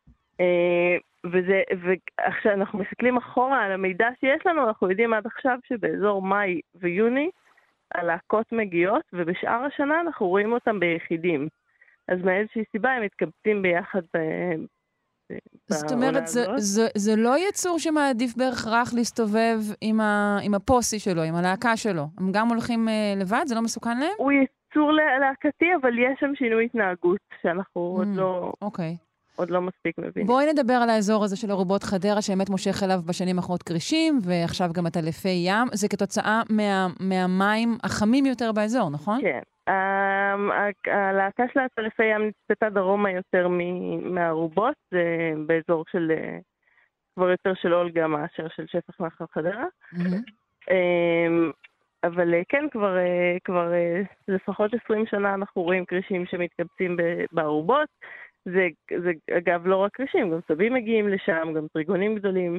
ועכשיו אנחנו מסתכלים אחורה על המידע שיש לנו, אנחנו יודעים עד עכשיו שבאזור מאי ויוני הלהקות מגיעות, ובשאר השנה אנחנו רואים אותם ביחידים. אז מאיזושהי סיבה הם מתקבצים ביחד זאת אומרת, זה לא יצור שמעדיף בהכרח להסתובב עם הפוסי שלו, עם הלהקה שלו. הם גם הולכים לבד? זה לא מסוכן להם? הוא יצור להקתי, אבל יש שם שינוי התנהגות שאנחנו עוד לא מספיק מבינים. בואי נדבר על האזור הזה של ארובות חדרה, שבאמת מושך אליו בשנים האחרונות קרישים, ועכשיו גם עטלפי ים. זה כתוצאה מהמים החמים יותר באזור, נכון? כן. הלהקה של עטלפי ים נצפתה דרומה יותר מהארובות, זה באזור של כבר יותר של אולגה מאשר של שפך נחל חדרה. אבל כן, כבר לפחות 20 שנה אנחנו רואים קרישים שמתקבצים בארובות. זה אגב לא רק קרישים, גם צבים מגיעים לשם, גם טריגונים גדולים.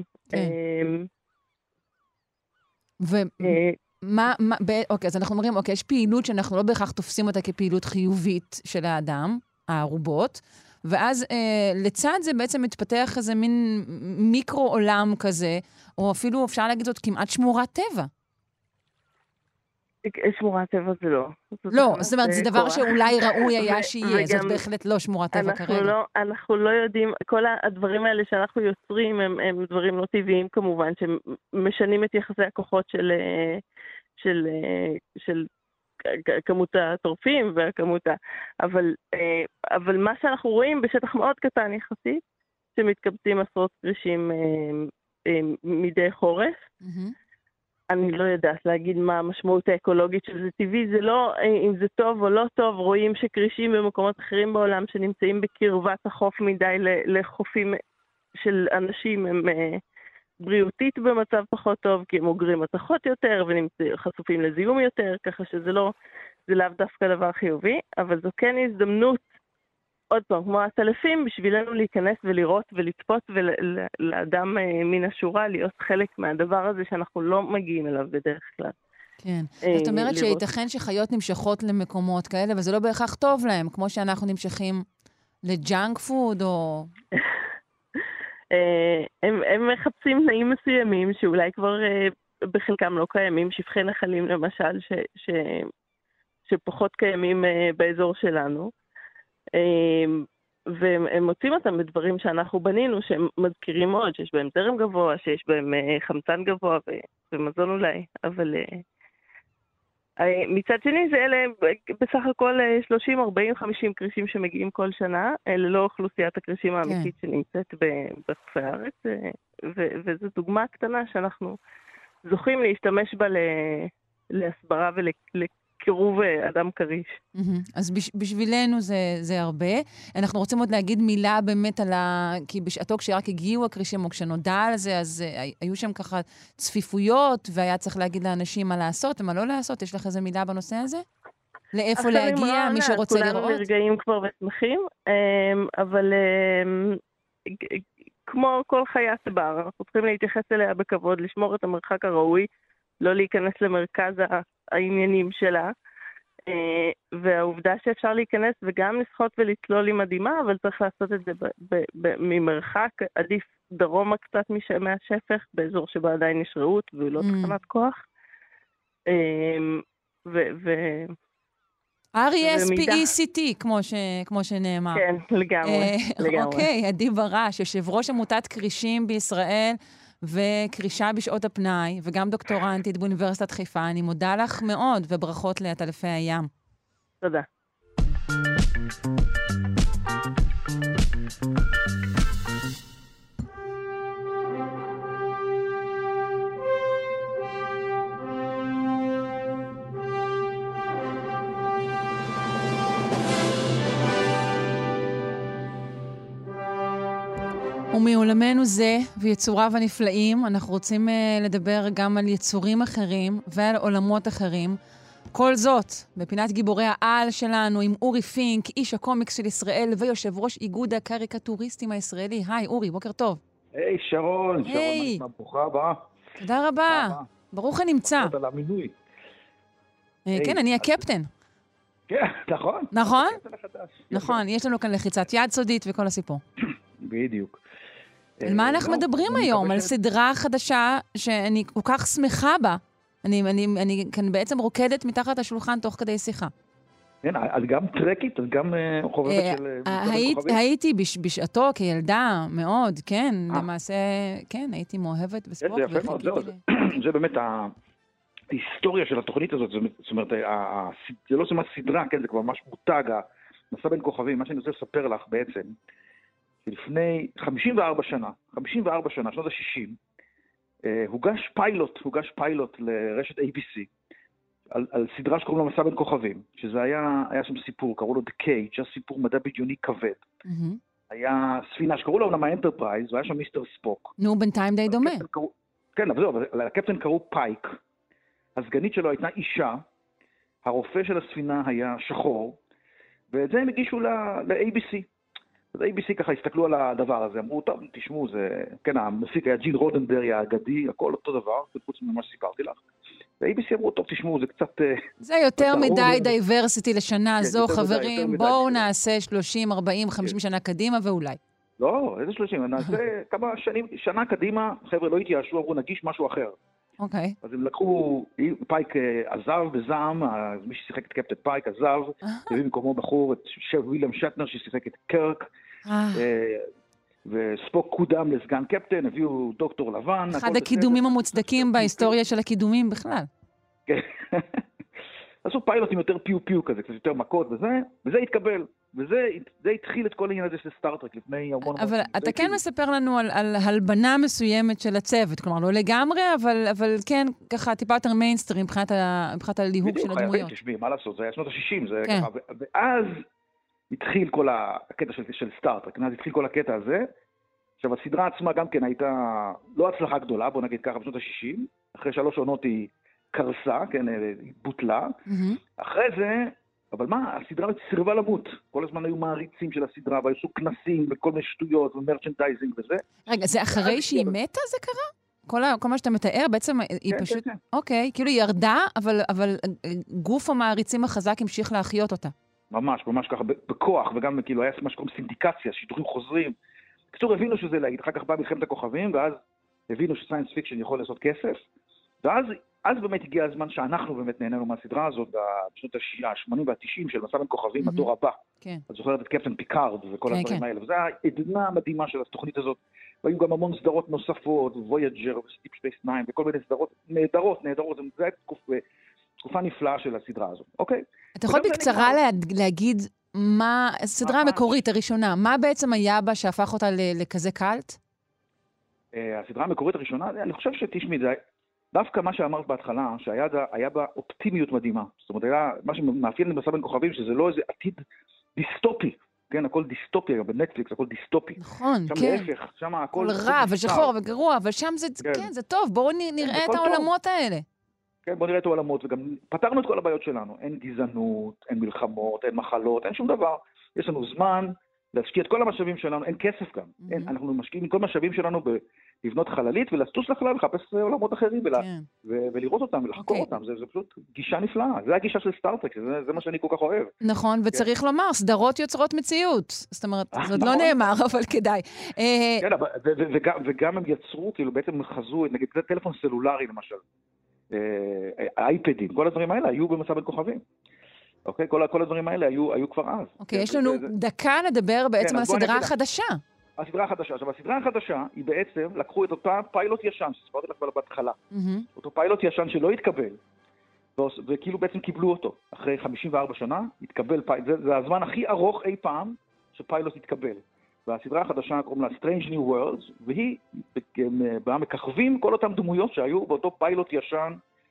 אוקיי, אז אנחנו אומרים, אוקיי, יש פעילות שאנחנו לא בהכרח תופסים אותה כפעילות חיובית של האדם, הארובות, ואז לצד זה בעצם מתפתח איזה מין מיקרו עולם כזה, או אפילו אפשר להגיד זאת כמעט שמורת טבע. שמורת טבע זה לא. לא, זאת אומרת, זה דבר שאולי ראוי היה שיהיה, זאת בהחלט לא שמורת טבע כרגע. אנחנו לא יודעים, כל הדברים האלה שאנחנו יוצרים הם דברים לא טבעיים כמובן, שמשנים את יחסי הכוחות של כמות הטורפים והכמות אבל מה שאנחנו רואים בשטח מאוד קטן יחסית, שמתקבצים עשרות קרישים מדי חורף, אני לא יודעת להגיד מה המשמעות האקולוגית של זה טבעי, זה לא אם זה טוב או לא טוב, רואים שקרישים במקומות אחרים בעולם שנמצאים בקרבת החוף מדי לחופים של אנשים הם בריאותית במצב פחות טוב, כי הם אוגרים מתכות יותר וחשופים לזיהום יותר, ככה שזה לאו דווקא דבר חיובי, אבל זו כן הזדמנות, עוד פעם, כמו הסלפים, בשבילנו להיכנס ולראות ולצפות ולאדם מן השורה להיות חלק מהדבר הזה שאנחנו לא מגיעים אליו בדרך כלל. כן. זאת אומרת שייתכן שחיות נמשכות למקומות כאלה, וזה לא בהכרח טוב להם, כמו שאנחנו נמשכים לג'אנק פוד או... הם מחפשים תנאים מסוימים שאולי כבר בחלקם לא קיימים, שפכי נחלים למשל, שפחות קיימים באזור שלנו. והם מוצאים אותם בדברים שאנחנו בנינו, שהם מזכירים מאוד, שיש בהם זרם גבוה, שיש בהם חמצן גבוה ומזון אולי, אבל מצד שני זה אלה בסך הכל 30, 40, 50 קרישים שמגיעים כל שנה, ללא אוכלוסיית הקרישים האמיתית שנמצאת בחופי הארץ, וזו דוגמה קטנה שאנחנו זוכים להשתמש בה להסברה קירוב אדם קריש. אז בשבילנו זה הרבה. אנחנו רוצים עוד להגיד מילה באמת כי בשעתו כשרק הגיעו הקרישים או כשנודע על זה, אז היו שם ככה צפיפויות, והיה צריך להגיד לאנשים מה לעשות ומה לא לעשות. יש לך איזה מילה בנושא הזה? לאיפה להגיע, מי שרוצה לראות? כולנו נרגעים כבר ושמחים, אבל כמו כל חיית בר, אנחנו צריכים להתייחס אליה בכבוד, לשמור את המרחק הראוי, לא להיכנס למרכז העניינים שלה, והעובדה שאפשר להיכנס וגם לשחות ולצלול עם הדימה, אבל צריך לעשות את זה ממרחק, עדיף דרומה קצת מהשפך, באזור שבו עדיין יש רעות ולא תחנת כוח. R-E-S-P-E-C-T, כמו שנאמר. כן, לגמרי. אוקיי, עדי ברש, יושב ראש עמותת קרישים בישראל, וקרישה בשעות הפנאי, וגם דוקטורנטית באוניברסיטת חיפה. אני מודה לך מאוד, וברכות לעטלפי הים. תודה. ומעולמנו זה ויצוריו הנפלאים, אנחנו רוצים לדבר גם על יצורים אחרים ועל עולמות אחרים. כל זאת, בפינת גיבורי העל שלנו עם אורי פינק, איש הקומיקס של ישראל ויושב ראש איגוד הקריקטוריסטים הישראלי. היי, אורי, בוקר טוב. היי, שרון, היי. שרון, ברוכה הבאה. תודה רבה. ברוך הנמצא. תודה על המינוי. כן, אני הקפטן. כן, נכון. נכון? נכון, יש לנו כאן לחיצת יד סודית וכל הסיפור. בדיוק. על מה אנחנו מדברים היום? על סדרה חדשה שאני כל כך שמחה בה. אני כאן בעצם רוקדת מתחת השולחן תוך כדי שיחה. כן, את גם טרקית, את גם חובבת של... הייתי בשעתו כילדה מאוד, כן. למעשה, כן, הייתי מאוהבת בספורט. זה יפה מאוד, זה באמת ההיסטוריה של התוכנית הזאת. זאת אומרת, זה לא סדרה, כן, זה כבר ממש מותג, מסע בין כוכבים. מה שאני רוצה לספר לך בעצם, שלפני 54 שנה, שנות ה-60, הוגש פיילוט לרשת ABC, על סדרה שקוראים לה מסע בין כוכבים, שזה היה שם סיפור, קראו לו The Cage, היה סיפור מדע בדיוני כבד. היה ספינה שקראו לה אומנם האנטרפרייז, והיה שם מיסטר ספוק. נו, בינתיים די דומה. כן, אבל זהו, לקפטן קראו פייק, הסגנית שלו הייתה אישה, הרופא של הספינה היה שחור, ואת זה הם הגישו ל-ABC. אז ABC ככה הסתכלו על הדבר הזה, אמרו, טוב, תשמעו, זה, כן, המפיק היה ג'ין רודנברי האגדי, הכל אותו דבר, חוץ ממה שסיפרתי לך. ו-ABC אמרו, טוב, תשמעו, זה קצת... זה יותר מדי דייברסיטי לשנה הזו, חברים, בואו נעשה 30, 40, 50 שנה קדימה ואולי. לא, איזה 30, נעשה כמה שנה קדימה, חבר'ה לא התייאשו, אמרו, נגיש משהו אחר. אוקיי. אז הם לקחו, פייק עזב בזעם, מי ששיחק את קפטן פייק עזב, הביא במקומו בחור, את וויליאם שטנר ששיחק את קרק, וספוק קודם לסגן קפטן, הביאו דוקטור לבן. אחד הקידומים המוצדקים בהיסטוריה של הקידומים בכלל. כן. עשו פיילוטים יותר פיו כזה, קצת יותר מכות וזה התקבל. וזה התחיל את כל העניין הזה של סטארטרק לפני המון... אבל אתה כן מספר לנו על הלבנה מסוימת של הצוות, כלומר לא לגמרי, אבל כן ככה טיפה יותר מיינסטרים מבחינת הליהוק של הדמויות. בדיוק, תשמעי, מה לעשות, זה היה שנות ה-60, זה ככה, ואז התחיל כל הקטע של סטארטרק, אז התחיל כל הקטע הזה, עכשיו, הסדרה עצמה גם כן הייתה לא הצלחה גדולה, בוא נגיד ככה, בשנות ה-60. אחרי 3 עונות היא קרסה, כן, היא בוטלה. אחרי זה, אבל מה, הסדרה סירבה למות. כל הזמן היו מעריצים של הסדרה, והיו כנסים וכל מיני שטויות ומרצ'נדייזינג וזה. רגע, זה אחרי שהיא מתה זה קרה? כל מה שאתה מתאר, בעצם היא פשוט... כן. אוקיי, כאילו היא ירדה, אבל גוף המעריצים החזק המשיך להחיות אותה. ממש ככה, בכוח, וגם כאילו היה מה שקוראים סינדיקציה, שידורים חוזרים. בקיצור, הבינו שזה להיט, אחר כך באה מלחמת הכוכבים, ואז הבינו שסיינס פיקשן יכול לעשות כסף, ואז באמת הגיע הזמן שאנחנו באמת נהנינו מהסדרה הזאת, בשנות ה-80 וה-90 של מסע בין כוכבים, הדור הבא. כן. את זוכרת את קפטן פיקארד וכל הדברים האלה, וזו העדנה המדהימה של התוכנית הזאת, והיו גם המון סדרות נוספות, וויג'ר וסטיפ ספייס 9, וכל מיני סדרות נהדרות, זו הייתה תקופה נפלאה של הסדרה הזאת, אוקיי? אתה יכול בקצרה להגיד מה, הסדרה המקורית הראשונה, מה בעצם היה בה שהפך אותה לכזה קלט? הסדרה המקורית הראשונה, אני חושב שתשמעי, דווקא מה שאמרת בהתחלה, שהיה בה אופטימיות מדהימה. זאת אומרת, מה שמאפיין למסע בין כוכבים, שזה לא איזה עתיד דיסטופי. כן, הכל דיסטופי, בנטפליקס הכל דיסטופי. נכון, כן. שם להפך, שם הכל... כל רע ושחור וגרוע, אבל שם זה, כן, זה טוב, בואו נראה את העולמות האלה. כן, בואו נראה את העולמות, וגם פתרנו את כל הבעיות שלנו. אין גזענות, אין מלחמות, אין מחלות, אין שום דבר. יש לנו זמן להשקיע את כל המשאבים שלנו, אין כסף גם. אנחנו משקיעים את כל המשאבים שלנו לבנות חללית ולטוס לחלל, לחפש עולמות אחרים ולראות אותם ולחקור אותם. זה פשוט גישה נפלאה. זה הגישה של סטארטרק, זה מה שאני כל כך אוהב. נכון, וצריך לומר, סדרות יוצרות מציאות. זאת אומרת, זה עוד לא נאמר, אבל כדאי. כן, וגם הם יצרו, כאילו בעצם חזו, נגיד, זה טלפון סלולרי למשל. אייפדים, כל הדברים האלה היו במסע בין כוכבים. אוקיי? כל הדברים האלה היו כבר אז. אוקיי, יש לנו דקה לדבר בעצם על הסדרה החדשה. הסדרה החדשה. עכשיו, הסדרה החדשה היא בעצם, לקחו את אותה פיילוט ישן, שספרתי לך כבר בהתחלה. אותו פיילוט ישן שלא התקבל, וכאילו בעצם קיבלו אותו. אחרי 54 שנה, התקבל פיילוט. זה הזמן הכי ארוך אי פעם שפיילוט התקבל. והסדרה החדשה קוראים לה Strange New Worlds, והיא מככבים כל אותם דמויות שהיו באותו פיילוט ישן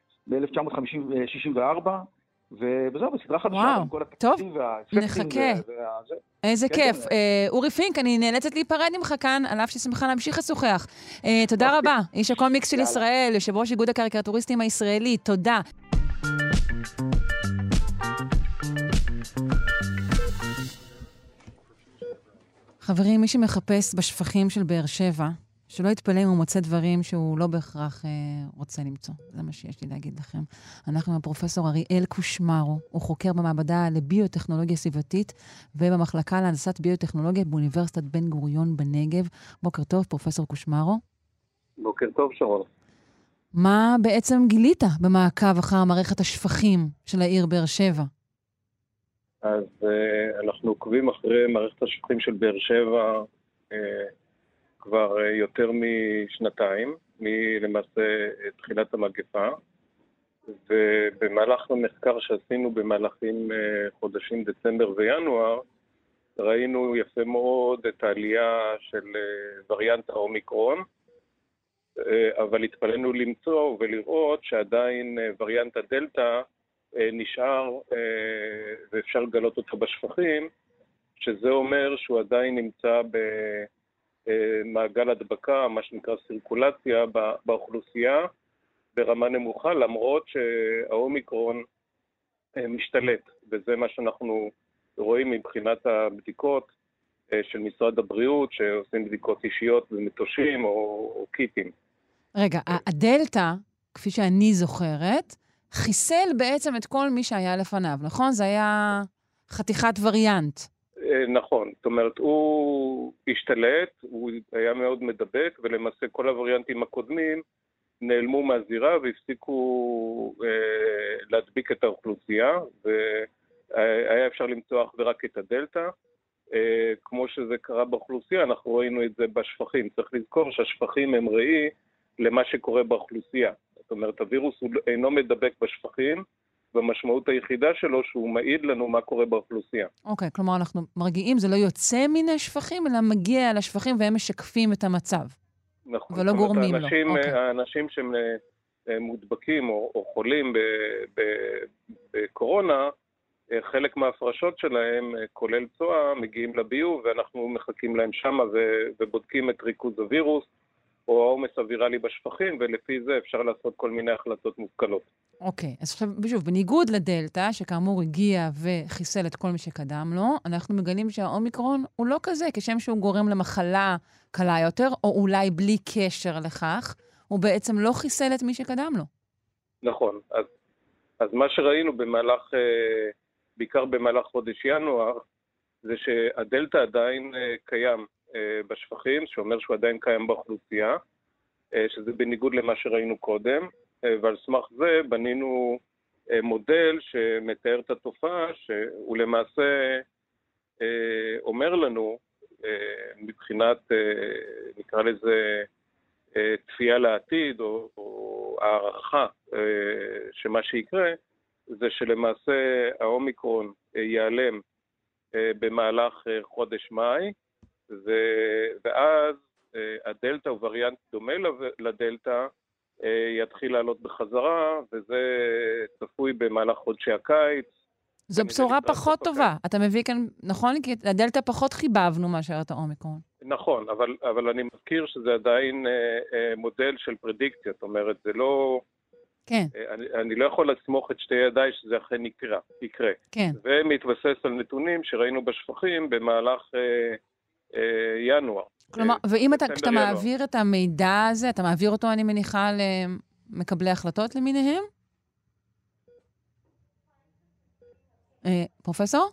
ב-1964, וזהו, בסדרה חדשה. וואו, טוב, נחכה. איזה כיף. אורי פינק, אני נאלצת להיפרד ממך כאן, על אף ששמחה להמשיך לשוחח. תודה רבה. איש הקומיקס של ישראל, יושב ראש איגוד הקריקטוריסטים הישראלי, תודה. חברים, מי שמחפש בשפכים של באר שבע, שלא יתפלא אם הוא מוצא דברים שהוא לא בהכרח רוצה למצוא. זה מה שיש לי להגיד לכם. אנחנו עם הפרופסור אריאל קושמרו, הוא חוקר במעבדה לביוטכנולוגיה סביבתית, ובמחלקה להנדסת ביוטכנולוגיה באוניברסיטת בן גוריון בנגב. בוקר טוב, פרופסור קושמרו. בוקר טוב, שרון. מה בעצם גילית במעקב אחר מערכת השפכים של העיר באר שבע? אז אנחנו עוקבים אחרי מערכת השפכים של באר שבע כבר יותר משנתיים, מלמעשה תחילת המגפה, ובמהלך המחקר שעשינו במהלכים חודשים דצמבר וינואר, ראינו יפה מאוד את העלייה של וריאנט האומיקרון, אבל התפלאנו למצוא ולראות שעדיין וריאנט הדלטה נשאר ואפשר לגלות אותו בשפכים, שזה אומר שהוא עדיין נמצא במעגל הדבקה, מה שנקרא סירקולציה באוכלוסייה, ברמה נמוכה, למרות שהאומיקרון משתלט, וזה מה שאנחנו רואים מבחינת הבדיקות של משרד הבריאות, שעושים בדיקות אישיות במטושים או קיטים. רגע, הדלטה, כפי שאני זוכרת, חיסל בעצם את כל מי שהיה לפניו, נכון? זה היה חתיכת וריאנט. נכון, זאת אומרת, הוא השתלט, הוא היה מאוד מדבק, ולמעשה כל הווריאנטים הקודמים נעלמו מהזירה והפסיקו להדביק את האוכלוסייה, והיה אפשר למצוא אך ורק את הדלטה. כמו שזה קרה באוכלוסייה, אנחנו ראינו את זה בשפכים. צריך לזכור שהשפכים הם ראי למה שקורה באוכלוסייה. זאת אומרת, הווירוס הוא אינו מדבק בשפכים, והמשמעות היחידה שלו שהוא מעיד לנו מה קורה באוכלוסייה. אוקיי, כלומר אנחנו מרגיעים, זה לא יוצא מן השפכים, אלא מגיע לשפכים והם משקפים את המצב. נכון. ולא גורמים לו. האנשים שהם מודבקים או חולים בקורונה, חלק מההפרשות שלהם, כולל צואה, מגיעים לביוב, ואנחנו מחכים להם שמה ובודקים את ריכוז הווירוס, או העומס הוויראלי בשפכים, ולפי זה אפשר לעשות כל מיני החלטות מושכלות. אוקיי, אז עכשיו, שוב, בניגוד לדלטה, שכאמור הגיע וחיסל את כל מי שקדם לו, אנחנו מגלים שהאומיקרון הוא לא כזה, כשם שהוא גורם למחלה קלה יותר, או אולי בלי קשר לכך, הוא בעצם לא חיסל את מי שקדם לו. נכון, אז מה שראינו בעיקר במהלך חודש ינואר, זה שהדלטה עדיין קיים בשפכים, שאומר שהוא עדיין קיים באוכלוסייה, שזה בניגוד למה שראינו קודם, ועל סמך זה בנינו מודל שמתאר את התופעה, שהוא למעשה אומר לנו, מבחינת, נקרא לזה, תפייה לעתיד, או הערכה שמה שיקרה, זה שלמעשה האומיקרון ייעלם במהלך חודש מאי, ואז הדלטה הוא וריאנט דומה לדלטה, יתחיל לעלות בחזרה, וזה צפוי במהלך חודשי הקיץ. זו בשורה פחות טובה. אתה מביא כאן, נכון? כי הדלטה פחות חיבבנו מאשר את האומיקרון. נכון, אבל אני מזכיר שזה עדיין מודל של פרדיקציה, זאת אומרת, זה לא... כן. אני לא יכול לסמוך את שתי ידיי שזה אכן יקרה. כן. ומתבסס על נתונים שראינו בשפכים במהלך ינואר. כלומר, ואם כשאתה מעביר את המידע הזה, אתה מעביר אותו, אני מניחה, למקבלי החלטות למיניהם? פרופסור?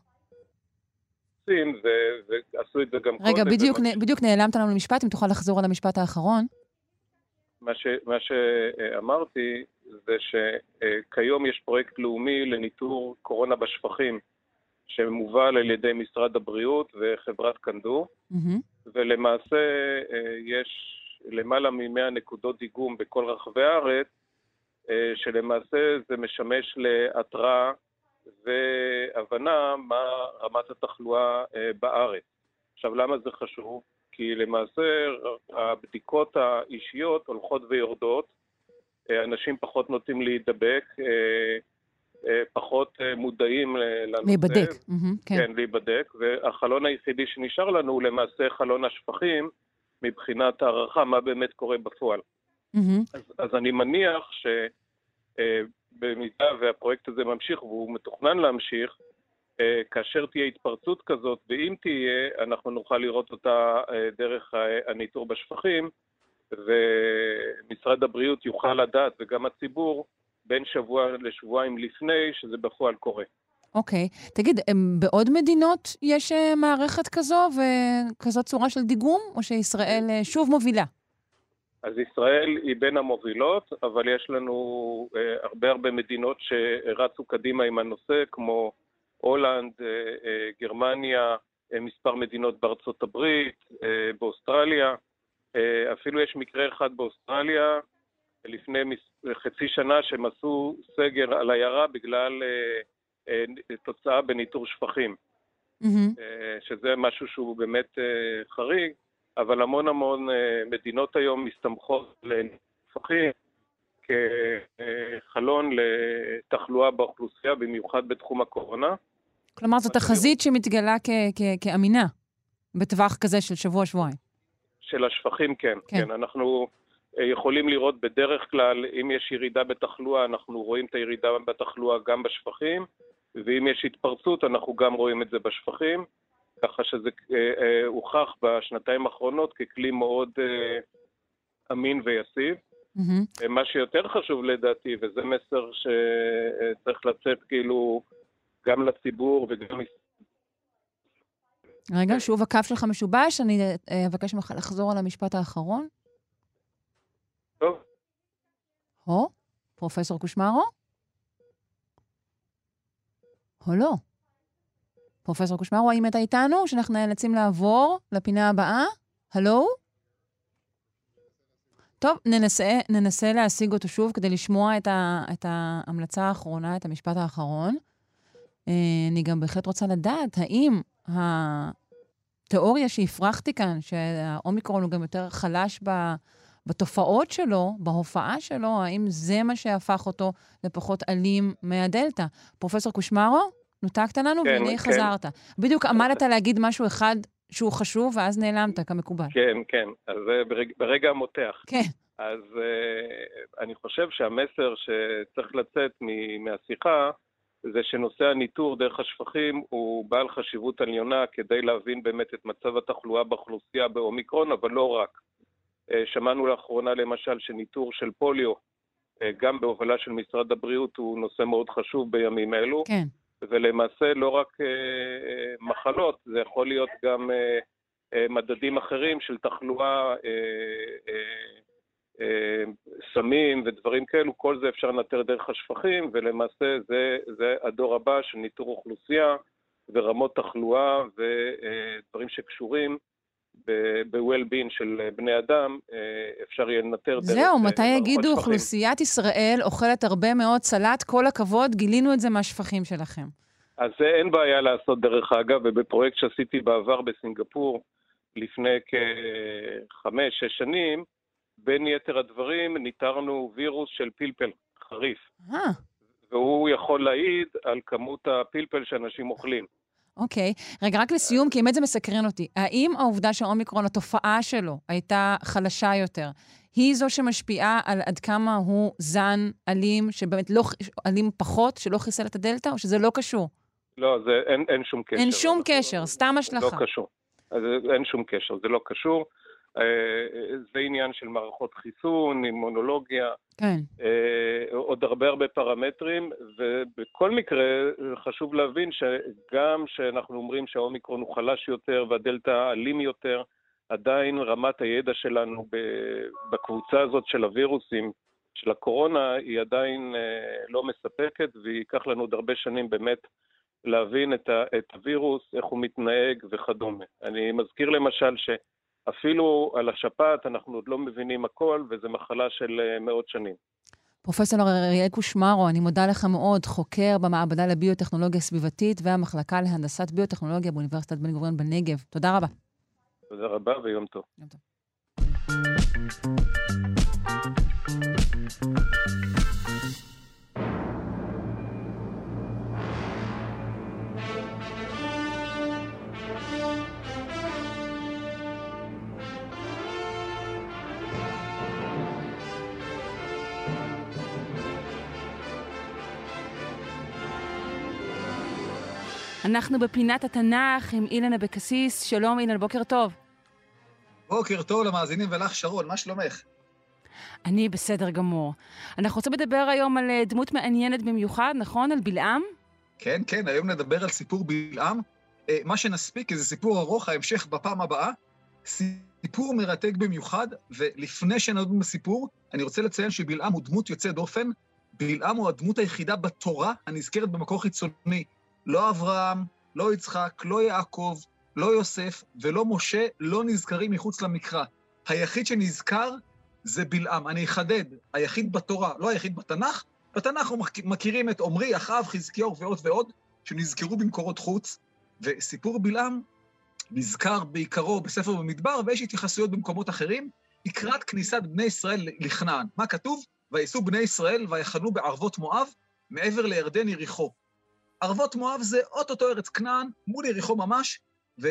ועשו את זה גם רגע, בדיוק נעלמת לנו למשפט, אם תוכל לחזור על המשפט האחרון. מה שאמרתי זה שכיום יש פרויקט לאומי לניטור קורונה בשפכים, שמובל על ידי משרד הבריאות וחברת קנדו, ולמעשה יש למעלה מ-100 נקודות דיגום בכל רחבי הארץ, שלמעשה זה משמש להתראה והבנה מה רמת התחלואה בארץ. עכשיו, למה זה חשוב? כי למעשה הבדיקות האישיות הולכות ויורדות, אנשים פחות נוטים להידבק, פחות מודעים לנושא. להיבדק. כן, להיבדק, והחלון היחידי שנשאר לנו הוא למעשה חלון השפכים, מבחינת הערכה מה באמת קורה בפועל. אז אני מניח שבמידה והפרויקט הזה ממשיך, והוא מתוכנן להמשיך, כאשר תהיה התפרצות כזאת, ואם תהיה, אנחנו נוכל לראות אותה דרך הניטור בשפכים, ומשרד הבריאות יוכל לדעת, וגם הציבור, בין שבוע לשבועיים לפני, שזה בפועל קורה. אוקיי. תגיד, בעוד מדינות יש מערכת כזו, וכזאת צורה של דיגום, או שישראל שוב מובילה? אז ישראל היא בין המובילות, אבל יש לנו הרבה מדינות שרצו קדימה עם הנושא, כמו הולנד, גרמניה, מספר מדינות בארצות הברית, באוסטרליה. אפילו יש מקרה אחד באוסטרליה, לפני חצי שנה שהם עשו סגר על העיירה בגלל תוצאה בניטור שפכים. שזה משהו שהוא באמת חריג, אבל המון מדינות היום מסתמכות לשפכים כחלון לתחלואה באוכלוסייה, במיוחד בתחום הקורונה. כלומר, זו תחזית שמתגלה כאמינה, בטווח כזה של שבוע-שבועיים. של השפכים, כן. אנחנו יכולים לראות בדרך כלל, אם יש ירידה בתחלואה, אנחנו רואים את הירידה בתחלואה גם בשפכים, ואם יש התפרצות, אנחנו גם רואים את זה בשפכים, ככה שזה הוכח בשנתיים האחרונות ככלי מאוד אמין ויציב. מה שיותר חשוב לדעתי, וזה מסר שצריך לצאת כאילו גם לציבור וגם... רגע, שוב הקו שלך משובש, אני אבקש ממך לחזור על המשפט האחרון. טוב. פרופסור קושמרו? לא. פרופסור קושמרו, האם אתה איתנו? שאנחנו נאלצים לפינה הבאה? הלו? טוב, ננסה להשיג אותו שוב כדי לשמוע את ההמלצה האחרונה, את המשפט האחרון. אני גם בהחלט רוצה לדעת, האם התיאוריה שהפרחתי כאן, שהאומיקרון הוא גם יותר חלש בתופעות שלו, בהופעה שלו, האם זה מה שהפך אותו לפחות אלים מהדלטה? פרופסור קושמרו? נותקת לנו, כן, והנה חזרת. בדיוק עמדת להגיד משהו אחד שהוא חשוב, ואז נעלמת כמקובל. כן, כן. אז זה ברגע המותח. כן. אז אני חושב שהמסר שצריך לצאת מהשיחה, זה שנושא הניטור דרך השפכים הוא בעל חשיבות עליונה כדי להבין באמת את מצב התחלואה באוכלוסייה באומיקרון, אבל לא רק. שמענו לאחרונה למשל שניטור של פוליו, גם בהובלה של משרד הבריאות, הוא נושא מאוד חשוב בימים אלו. כן. ולמעשה לא רק מחלות, זה יכול להיות גם מדדים אחרים של תחלואה, סמים ודברים כאלו, כל זה אפשר לנטר דרך השפכים, ולמעשה זה הדור הבא של ניטור אוכלוסייה ורמות תחלואה ודברים שקשורים ב-well-being של בני אדם, אפשר יהיה לנטר דרך... זהו, מתי יגידו, אוכלוסיית ישראל אוכלת הרבה מאוד סלט, כל הכבוד, גילינו את זה מהשפכים שלכם. אז זה אין בעיה לעשות דרך אגב, ובפרויקט שעשיתי בעבר בסינגפור, לפני כ5-6 שנים, בין יתר הדברים ניטרנו וירוס של פלפל חריף. והוא יכול להעיד על כמות הפלפל שאנשים אוכלים. אוקיי. רגע, רק לסיום, כי באמת זה מסקרן אותי. האם העובדה שהאומיקרון, התופעה שלו, הייתה חלשה יותר, היא זו שמשפיעה על עד כמה הוא זן אלים, שבאמת לא, אלים פחות, שלא חיסל את הדלטה, או שזה לא קשור? לא, אין שום קשר. אין שום קשר, סתם השלכה. לא קשור. אז אין שום קשר, זה לא קשור. זה עניין של מערכות חיסון, אימונולוגיה, כן. עוד הרבה פרמטרים, ובכל מקרה חשוב להבין שגם שאנחנו אומרים שהאומיקרון הוא חלש יותר והדלטה אלים יותר, עדיין רמת הידע שלנו בקבוצה הזאת של הווירוסים, של הקורונה, היא עדיין לא מספקת, וייקח לנו עוד הרבה שנים באמת להבין את הווירוס, איך הוא מתנהג וכדומה. אני מזכיר למשל אפילו על השפעת אנחנו עוד לא מבינים הכל, וזו מחלה של מאות שנים. פרופסור אריאל קושמרו, אני מודה לך מאוד, חוקר במעבדה לביוטכנולוגיה סביבתית והמחלקה להנדסת ביוטכנולוגיה באוניברסיטת בן גוריון בנגב. תודה רבה. תודה רבה ויום טוב. יום טוב. אנחנו בפינת התנ"ך עם אילן אבקסיס. שלום אילן, בוקר טוב. בוקר טוב למאזינים ולך שרון, מה שלומך? אני בסדר גמור. אנחנו רוצים לדבר היום על דמות מעניינת במיוחד, נכון? על בלעם? כן, כן, היום נדבר על סיפור בלעם. מה שנספיק, זה סיפור ארוך, ההמשך בפעם הבאה. סיפור מרתק במיוחד, ולפני שנדון בסיפור, אני רוצה לציין שבלעם הוא דמות יוצא דופן. בלעם הוא הדמות היחידה בתורה הנזכרת במקור חיצוני. לא אברהם, לא יצחק, לא יעקב, לא יוסף ולא משה לא נזכרים מחוץ למקרא. היחיד שנזכר זה בלעם. אני אחדד, היחיד בתורה, לא היחיד בתנ"ך. בתנ"ך אנחנו מכירים את עומרי, אחאב, חזקיהו ועוד ועוד, שנזכרו במקורות חוץ, וסיפור בלעם נזכר בעיקרו בספר במדבר, ויש התייחסויות במקומות אחרים, לקראת כניסת בני ישראל לכנען. מה כתוב? וייסעו בני ישראל ויחנו בערבות מואב, מעבר לירדן יריחו. ערבות מואב זה אוטוטו ארץ כנען, מול יריחו ממש,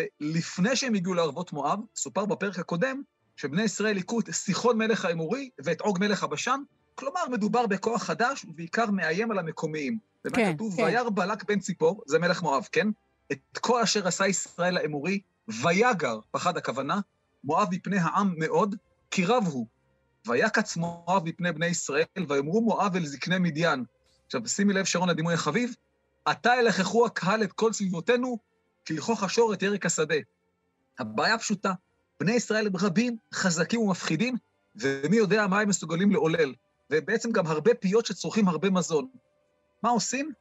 ולפני שהם הגיעו לערבות מואב, סופר בפרק הקודם, שבני ישראל הכו את סיחון מלך האמורי ואת עוג מלך הבשן, כלומר מדובר בכוח חדש, ובעיקר מאיים על המקומיים. ומה כתוב? וירא בלק בן ציפור, זה מלך מואב, כן? את כל אשר עשה ישראל האמורי, ויגר, פחד הכוונה, מואב מפני העם מאוד, כי רב הוא. ויקץ מואב מפני בני ישראל, ויאמרו מואב אל זקני מדיין. עכשיו, שימי לב שרון לדימוי החביב, עתה ילחכו הקהל את כל סביבותינו, כלכוך השור את ירק השדה. הבעיה פשוטה, בני ישראל הם רבים, חזקים ומפחידים, ומי יודע מה הם מסוגלים לעולל. ובעצם גם הרבה פיות שצורכים הרבה מזון. מה עושים?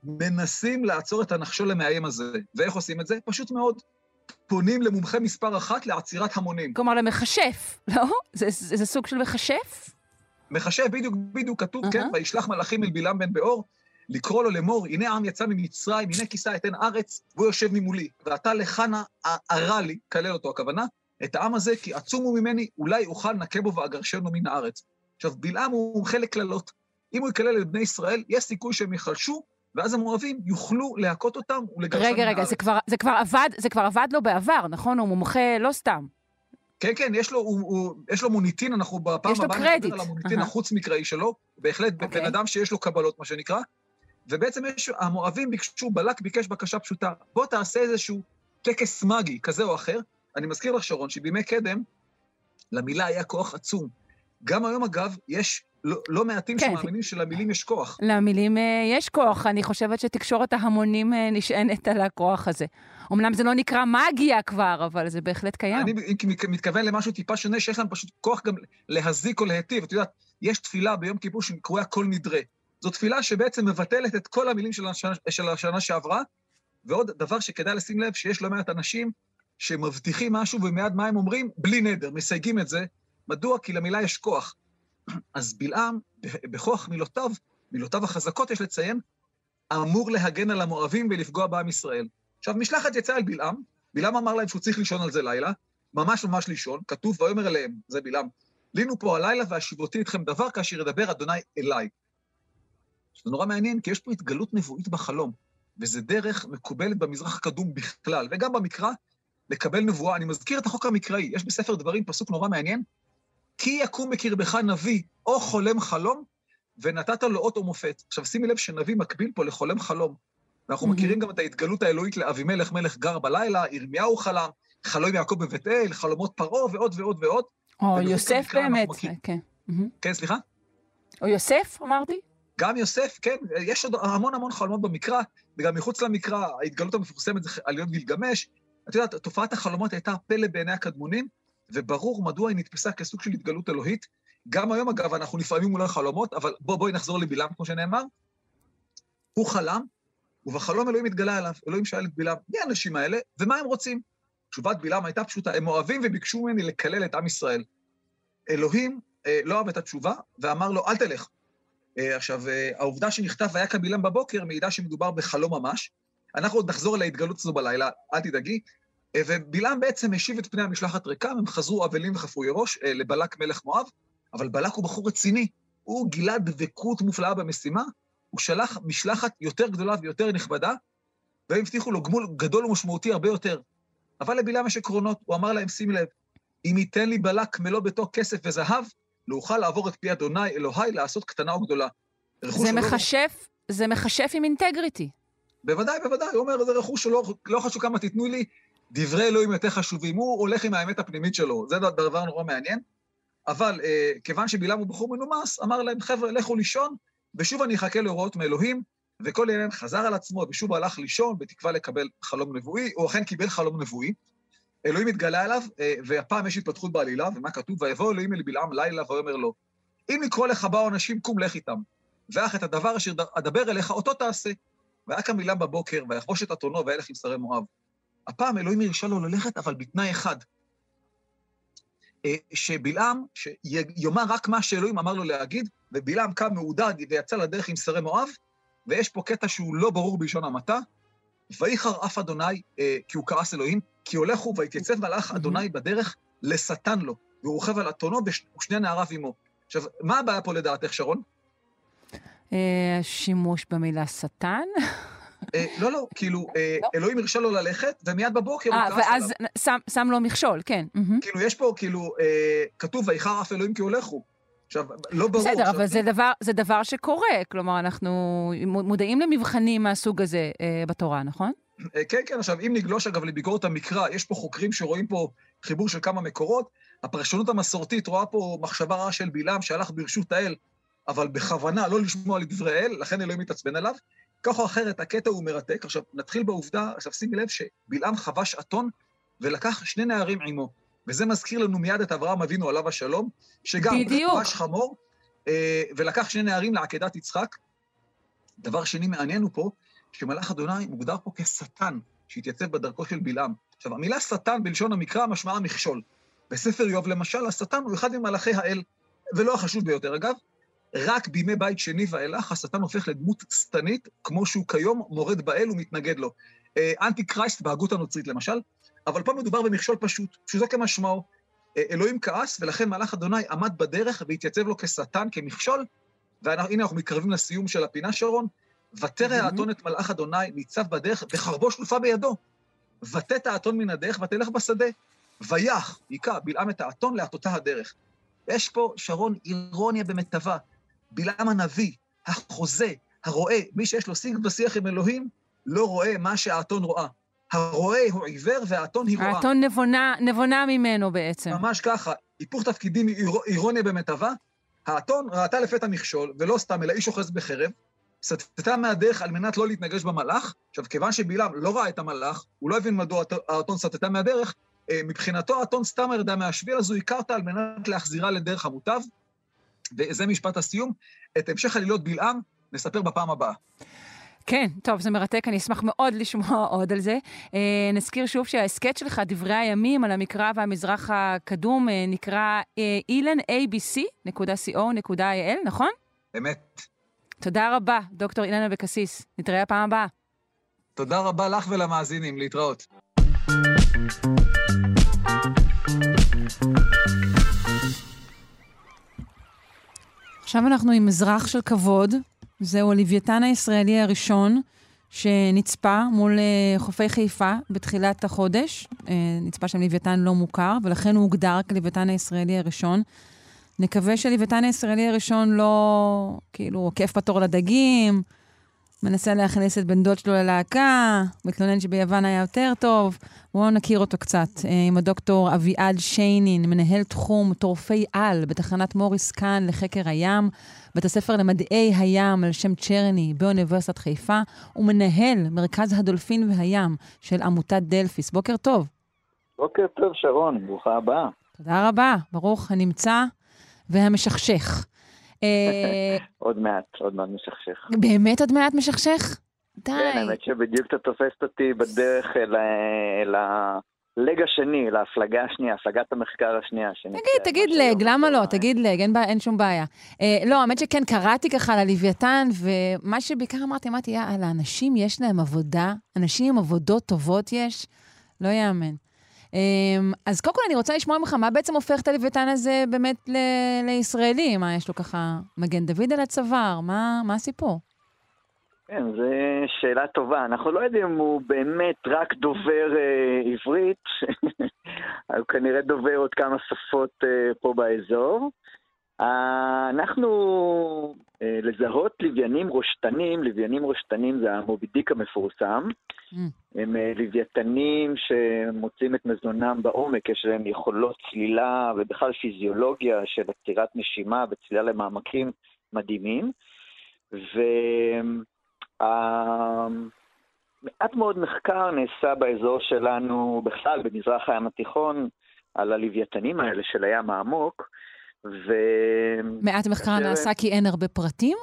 מנסים לעצור את הנחשול המאיים הזה. ואיך עושים את זה? פשוט מאוד. פונים למומחה מספר 1 לעצירת המונים. כלומר, למחשף, לא? זה סוג של מחשף? מחשף, בדיוק כתוב, כן? וישלח מלאכים אל בלעם בן בעור, לקרוא לו לאמור, הנה העם יצא ממצרים, הנה כיסה אתן ארץ, והוא יושב ממולי. ואתה לכנה הרע לי, כלל אותו הכוונה, את העם הזה, כי עצומו ממני, אולי אוכל נקה בו ואגרשנו מן הארץ. עכשיו, בלעם הוא חלק כללות. אם הוא יקלל את בני ישראל, יש סיכוי שהם יחלשו, ואז המואבים יוכלו להכות אותם ולגרשם רגע, רגע, זה כבר עבד לו בעבר, נכון? הוא מומחה לא סתם. כן, כן, יש לו מוניטין, אנחנו בפעם הבאה נדבר על המוניטין החוץ מקראי שלו, בהחלט בן אדם שיש לו קבלות, מה שנקרא, ובעצם המואבים ביקשו, בלק ביקש בקשה פשוטה, בוא תעשה איזשהו טקס מגי כזה או אחר. אני מזכיר לך, שרון, שבימי קדם, למילה היה כוח עצום. גם היום, אגב, יש לא מעטים שמאמינים שלמילים יש כוח. למילים יש כוח. אני חושבת שתקשורת ההמונים נשענת על הכוח הזה. אמנם זה לא נקרא מגיה כבר, אבל זה בהחלט קיים. אני מתכוון למשהו טיפה שונה, שיש להם פשוט כוח גם להזיק או להיטיב. את יודעת, יש תפילה ביום כיפור שקרויה כל נדרה. זו תפילה שבעצם מבטלת את כל המילים של השנה שעברה, ועוד דבר שכדאי לשים לב, שיש לא מעט אנשים שמבטיחים משהו ומיד מה הם אומרים, בלי נדר, מסייגים את זה. מדוע? כי למילה יש כוח. אז בלעם, בכוח מילותיו החזקות, יש לציין, אמור להגן על המואבים ולפגוע בעם ישראל. עכשיו, משלחת יצאה אל בלעם, בלעם אמר להם שהוא צריך לישון על זה לילה, ממש לישון, כתוב, ויאמר אליהם, זה בלעם, לינו פה הלילה והשיבותי אתכם דבר, כאשר ידבר אדוני אליי. זה נורא מעניין, כי יש פה התגלות נבואית בחלום, וזה דרך מקובלת במזרח הקדום בכלל, וגם במקרא, לקבל נבואה. אני מזכיר את החוק המקראי, יש בספר דברים פסוק נורא מעניין, כי יקום בקרבך נביא או חולם חלום, ונתת לו אות או מופת. עכשיו, שימי לב שנביא מקביל פה לחולם חלום. ואנחנו מכירים גם את ההתגלות האלוהית לאבימלך מלך גר בלילה, ירמיהו חלם, חלום יעקב בבית אל, חלומות פרעה ועוד ועוד ועוד. או יוסף באמת, כן. כן, סליחה? או יוסף, אמרתי? גם יוסף, כן. יש עוד המון חלומות במקרא, וגם מחוץ למקרא, ההתגלות המפורסמת זה עליות גילגמש. את יודעת, תופעת החלומות הייתה פלא בעיני הקדמונים, וברור מדוע היא נתפסה כסוג של התגלות אלוהית. גם היום, אגב, אנחנו לפעמים אולי חלומות, אבל בואי נחזור לבלעם, כמו שנאמר. הוא חלם, ובחלום אלוהים התגלה עליו. אלוהים שאל את בלעם, מי האנשים האלה, ומה הם רוצים? תשובת בלעם הייתה פשוטה, הם אוהבים וביקשו ממני לקלל את עם ישראל. אלוהים לא אהב את התשובה, ואמר לו, אל תלך. עכשיו, העובדה שנכתב והיה כבלעם בבוקר, מעידה שמדובר בחלום ממש. אנחנו עוד נחזור להתגלות הזו בלילה, אל תדאגי. ובלעם בעצם השיב את פני המשלחת ריקם, הם חזרו אבלים וחפויי ראש לבלק מלך מואב, אבל בלק הוא בחור רציני, הוא גילה דבקות מופלאה במשימה, הוא שלח משלחת יותר גדולה ויותר נכבדה, והם הבטיחו לו גמול גדול ומשמעותי הרבה יותר. אבל לבלעם יש עקרונות, הוא אמר להם, שים לב, אם ייתן לי בלק מלוא ביתו כסף וזהב, לא אוכל לעבור את פי אדוני אלוהי לעשות קטנה או גדולה. זה מחשף עם אינטגריטי. בוודאי, הוא אומר, זה רכוש שלא חשוב כמה תיתנו לי, דברי אלוהים יותר חשובים, הוא הולך עם האמת הפנימית שלו, זה דבר נורא מעניין, אבל כיוון שבלעם הוא בחור מנומס, אמר להם, חבר'ה, לכו לישון, ושוב אני אחכה להוראות מאלוהים, וכל עניין חזר על עצמו, ושוב הלך לישון, בתקווה לקבל חלום נבואי, הוא אכן קיבל חלום נבואי, אלוהים התגלה עליו, והפעם יש התפתחות בעלילה, ומה כתוב? ויבוא אלוהים אל בלעם לילה, ואומר לו, אם לקרוא לך באו אנשים, קום לך איתם, ואך את הדבר אשר אדבר אליך, אותו תעשה. והיה קם בלעם בבוקר, ויחבוש את אתונו, וילך עם שרי מואב. הפעם אלוהים הרשה לו ללכת, אבל בתנאי אחד. שבלעם, שיאמר רק מה שאלוהים אמר לו להגיד, ובלעם קם מעודד ויצא לדרך עם שרי מואב, ויש פה קטע שהוא לא ברור בלשון המעטה, ויחר אף אדוני, כי הוא כעס אלוהים, כי הולכו ויתייצב מלאך אדוני בדרך לשטן לו, והוא רוכב על אתונו ושני נעריו עמו. עכשיו, מה הבעיה פה לדעתך, שרון? שימוש במילה שטן? לא, כאילו, אלוהים הרשה לו ללכת, ומיד בבוקר הוא כעס עליו. ואז שם לו מכשול, כן. כאילו, יש פה, כאילו, כתוב, ויחר אף אלוהים כי הולכו. עכשיו, לא ברור. בסדר, אבל זה דבר שקורה, כלומר, אנחנו מודעים למבחנים מהסוג הזה בתורה, נכון? כן, עכשיו, אם נגלוש אגב לביקורת המקרא, יש פה חוקרים שרואים פה חיבור של כמה מקורות, הפרשנות המסורתית רואה פה מחשבה רעה של בלעם שהלך ברשות האל, אבל בכוונה לא לשמוע לדברי האל, לכן אלוהים מתעצבן עליו. כך או אחרת, הקטע הוא מרתק. עכשיו, נתחיל בעובדה, עכשיו שימי לב שבלעם חבש אתון ולקח שני נערים עמו, וזה מזכיר לנו מיד את אברהם אבינו עליו השלום, שגם חבש חמור ולקח שני נערים לעקדת יצחק. דבר שני מעניין הוא פה, שמלאך אדוני מוגדר פה כשטן, שהתייצב בדרכו של בלעם. עכשיו, המילה שטן בלשון המקרא משמעה מכשול. בספר איוב למשל, השטן הוא אחד ממלאכי האל, ולא החשוב ביותר אגב, רק בימי בית שני ואילך, השטן הופך לדמות שטנית, כמו שהוא כיום מורד באל ומתנגד לו. אנטי קרייסט בהגות הנוצרית למשל, אבל פה מדובר במכשול פשוט, שזה כמשמעו. אלוהים כעס, ולכן מלאך אדוני עמד בדרך והתייצב לו כשטן, כמכשול, והנה אנחנו מתקרבים לסיום של הפינה, שרון. ותרא האתון את מלאך אדוני ניצב בדרך, וחרבו שלופה בידו. ותט האתון מן הדרך, ותלך בשדה. ויח, היכה בלעם את האתון להטותה הדרך. יש פה, שרון, אירוניה במיטבה. בלעם הנביא, החוזה, הרואה, מי שיש לו שיג ושיח עם אלוהים, לא רואה מה שהאתון רואה. הרואה הוא עיוור והאתון היא רואה. האתון נבונה ממנו בעצם. ממש ככה, היפוך תפקידים אירוניה במיטבה. האתון ראתה לפתע מכשול, ולא סתם, אלא איש אוחז בחרב, סטתה מהדרך על מנת לא להתנגש במלאך. עכשיו, כיוון שבלעם לא ראה את המלאך, הוא לא הבין מדוע האתון סטתה מהדרך, מבחינתו האתון סתם ירדה מהשביל, אז הוא היכה אותה על מנת להחזירה לדרך המוטב, וזה משפט הסיום. את המשך עלילות בלעם נספר בפעם הבאה. כן, טוב, זה מרתק, אני אשמח מאוד לשמוע עוד על זה. נזכיר שוב שהעסקט שלך, דברי הימים על המקרא והמזרח הקדום, נקרא ilanabc.co.il, נכון? אמת. תודה רבה, דוקטור אילן אבקסיס. נתראה הפעם הבאה. תודה רבה לך ולמאזינים, להתראות. עכשיו אנחנו עם מזרח של כבוד. זהו הלוויתן הישראלי הראשון שנצפה מול חופי חיפה בתחילת החודש. נצפה שם לוויתן לא מוכר, ולכן הוא הוגדר כלוויתן הישראלי הראשון. נקווה שהלוויתן הישראלי הראשון לא, כאילו, עוקף בתור לדגים, מנסה להכניס את בן דוד שלו ללהקה, מתלונן שביוון היה יותר טוב. בואו נכיר אותו קצת עם הדוקטור אביעד שיינין, מנהל תחום טורפי על בתחנת מוריס קאן לחקר הים, בית הספר למדעי הים על שם צ'רני באוניברסיטת חיפה, ומנהל מרכז הדולפין והים של עמותת דלפיס. בוקר טוב. בוקר טוב שרון, ברוכה הבאה. תודה רבה, ברוך הנמצא והמשכשך. עוד מעט משכשך. באמת עוד מעט משכשך? די. כן, האמת שבדיוק אתה תופסת אותי בדרך אל הלג השני, להפלגה השנייה, הפלגת המחקר השנייה. תגיד לג, למה לא? תגיד לג, אין שום בעיה. לא, האמת שכן, קראתי ככה ללוויתן, ומה שבעיקר אמרתי, יאללה, אנשים יש להם עבודה, אנשים עם עבודות טובות יש, לא יאמן. אז קודם כל אני רוצה לשמוע ממך, מה בעצם הופך את הלוויתן הזה באמת לישראלי? מה, יש לו ככה מגן דוד על הצוואר? מה הסיפור? כן, זו שאלה טובה. אנחנו לא יודעים אם הוא באמת רק דובר עברית, הוא כנראה דובר עוד כמה שפות פה באזור. אנחנו לזהות לוויינים רושתנים זה המובידיק המפורסם. הם לוויתנים שמוצאים את מזונם בעומק, יש להם יכולות צלילה ובכלל פיזיולוגיה של עצירת נשימה וצלילה למעמקים מדהימים. מעט מאוד מחקר נעשה באזור שלנו, בכלל במזרח הים התיכון, על הלוויתנים האלה של הים העמוק. מעט מחקר נעשה כי אין הרבה פרטים?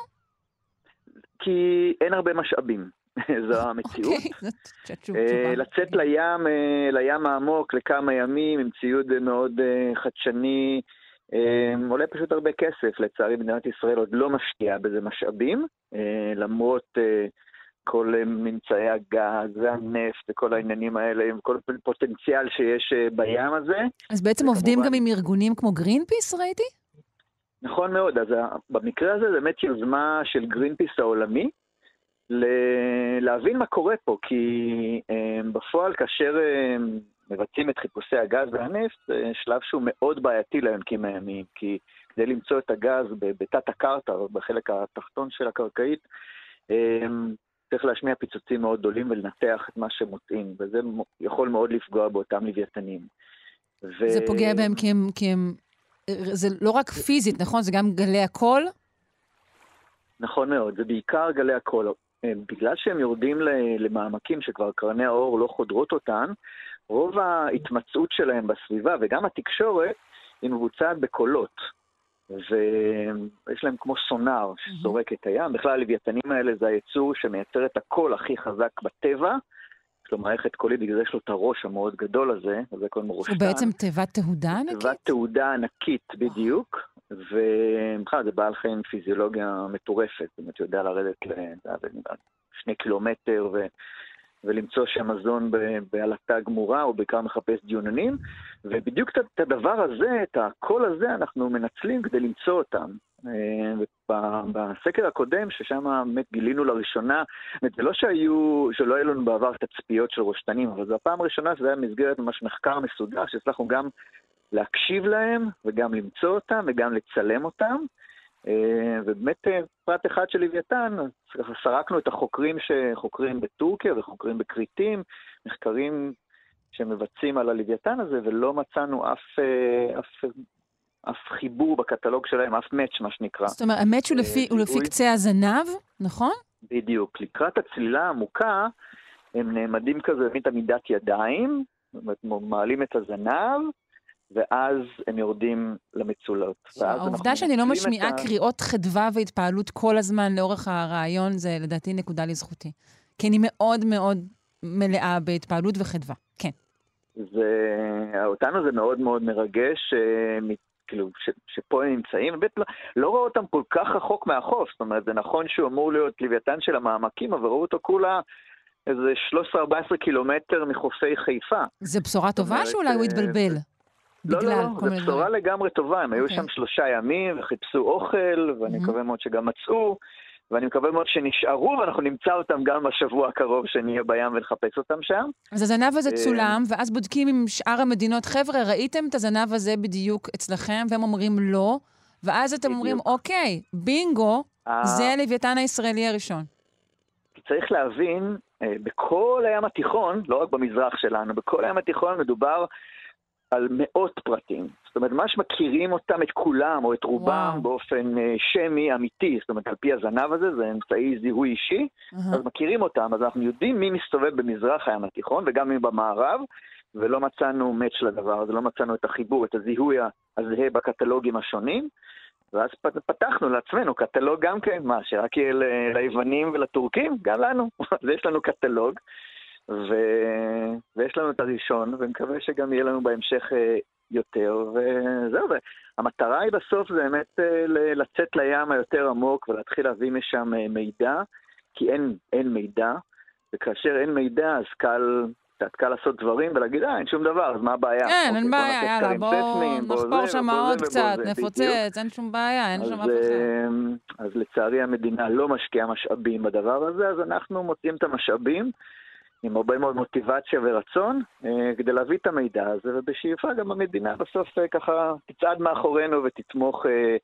כי אין הרבה משאבים, זו המציאות. לצאת לים העמוק לכמה ימים עם ציוד מאוד חדשני, עולה פשוט הרבה כסף. לצערי מדינת ישראל עוד לא משקיעה בזה משאבים, למרות כל ממצאי הגז והנפט וכל העניינים האלה, עם כל פוטנציאל שיש בים הזה. אז בעצם עובדים גם עם ארגונים כמו גרינפיס, ראיתי? נכון מאוד, אז במקרה הזה זה באמת יוזמה של גרינפיס העולמי, להבין מה קורה פה, כי בפועל כאשר מבצעים את חיפושי הגז והנפט, זה שלב שהוא מאוד בעייתי ליונקים הימיים, כי כדי למצוא את הגז בתת הקרקע, בחלק התחתון של הקרקעית, צריך להשמיע פיצוצים מאוד גדולים ולנתח את מה שמוצאים, וזה יכול מאוד לפגוע באותם לוויתנים. זה פוגע בהם כי הם זה לא רק פיזית, נכון? זה גם גלי הקול? נכון מאוד, זה בעיקר גלי הקול. בגלל שהם יורדים למעמקים שכבר קרני האור לא חודרות אותן, רוב ההתמצאות שלהם בסביבה וגם התקשורת היא מבוצעת בקולות. ויש להם כמו סונר שסורק את הים. בכלל הלוויתנים האלה זה היצור שמייצר את הקול הכי חזק בטבע. יש לו מערכת קולית, בגלל יש לו את הראש המאוד גדול הזה, וזה כל מרושתן. הוא בעצם תיבת תהודה ענקית? תיבת תהודה ענקית, בדיוק. ובכלל זה בעל חיים פיזיולוגיה מטורפת. זאת אומרת, יודע לרדת 2 קילומטר ולמצוא שם מזון בעלתה גמורה, או בעיקר מחפש דיוננים, ובדיוק את הדבר הזה, את הקול הזה, אנחנו מנצלים כדי למצוא אותם. בסקר הקודם, ששם באמת גילינו לראשונה, זה לא שלא היו לנו בעבר תצפיות של ראשתנים, אבל זו הפעם הראשונה שזה היה מסגרת ממש מחקר מסודר, שהצלחנו גם להקשיב להם, וגם למצוא אותם, וגם לצלם אותם, ובאמת פרט אחד של לוויתן, סרקנו את החוקרים שחוקרים בטורקיה וחוקרים בקריטים, מחקרים שמבצעים על הלוויתן הזה, ולא מצאנו אף חיבור בקטלוג שלהם, אף מאץ' מה שנקרא. זאת אומרת, המאץ' הוא לפי קצה הזנב, נכון? בדיוק. לקראת הצלילה העמוקה, הם נעמדים כזה במין עמידת ידיים, זאת אומרת, מעלים את הזנב, ואז הם יורדים למצולות. העובדה שאני לא משמיעה קריאות חדווה והתפעלות כל הזמן לאורך הרעיון, זה לדעתי נקודה לזכותי. כי אני מאוד מאוד מלאה בהתפעלות וחדווה. כן. אותנו זה מאוד מאוד מרגש, כאילו, שפה הם נמצאים, ובאמת לא ראו אותם כל כך רחוק מהחוף, זאת אומרת, זה נכון שהוא אמור להיות לוויתן של המעמקים, אבל ראו אותו כולה איזה 13-14 קילומטר מחופי חיפה. זה בשורה טובה שאולי הוא התבלבל? לא, זו בשורה לגמרי טובה, הם היו שם 3 ימים וחיפשו אוכל, ואני מקווה מאוד שגם מצאו, ואני מקווה מאוד שנשארו, ואנחנו נמצא אותם גם בשבוע הקרוב שנהיה בים ונחפש אותם שם. אז הזנב הזה צולם, ואז בודקים עם שאר המדינות, חבר'ה, ראיתם את הזנב הזה בדיוק אצלכם, והם אומרים לא, ואז אתם אומרים, אוקיי, בינגו, זה הלוויתן הישראלי הראשון. צריך להבין, בכל הים התיכון, לא רק במזרח שלנו, בכל הים התיכון מדובר על מאות פרטים. זאת אומרת, ממש מכירים אותם, את כולם, או את רובם, באופן שמי, אמיתי. זאת אומרת, על פי הזנב הזה, זה אמצעי זיהוי אישי, אז מכירים אותם, אז אנחנו יודעים מי מסתובב במזרח הים התיכון, וגם מי במערב, ולא מצאנו מאץ' לדבר הזה, לא מצאנו את החיבור, את הזיהוי הזהה בקטלוגים השונים, ואז פתחנו לעצמנו קטלוג גם כן, מה, שרק יהיה ליוונים ולטורקים, גם לנו. אז יש לנו קטלוג, ויש לנו את הראשון, ומקווה שגם יהיה לנו בהמשך יותר, וזהו, המטרה היא בסוף זה באמת לצאת לים היותר עמוק, ולהתחיל להביא משם מידע, כי אין מידע, וכאשר אין מידע, אז קל לעשות דברים, ולהגיד, אין שום דבר, אז מה הבעיה? כן, אין בעיה, יאללה, בואו נחפור שם עוד קצת, נפוצץ, אין שום בעיה, אין שם אף אחד. אז לצערי המדינה לא משקיעה משאבים בדבר הזה, אז אנחנו מוצאים את המשאבים, עם הרבה מאוד מוטיבציה ורצון, כדי להביא את המידע הזה, ובשאיפה גם המדינה בסוף ככה תצעד מאחורינו ותתמוך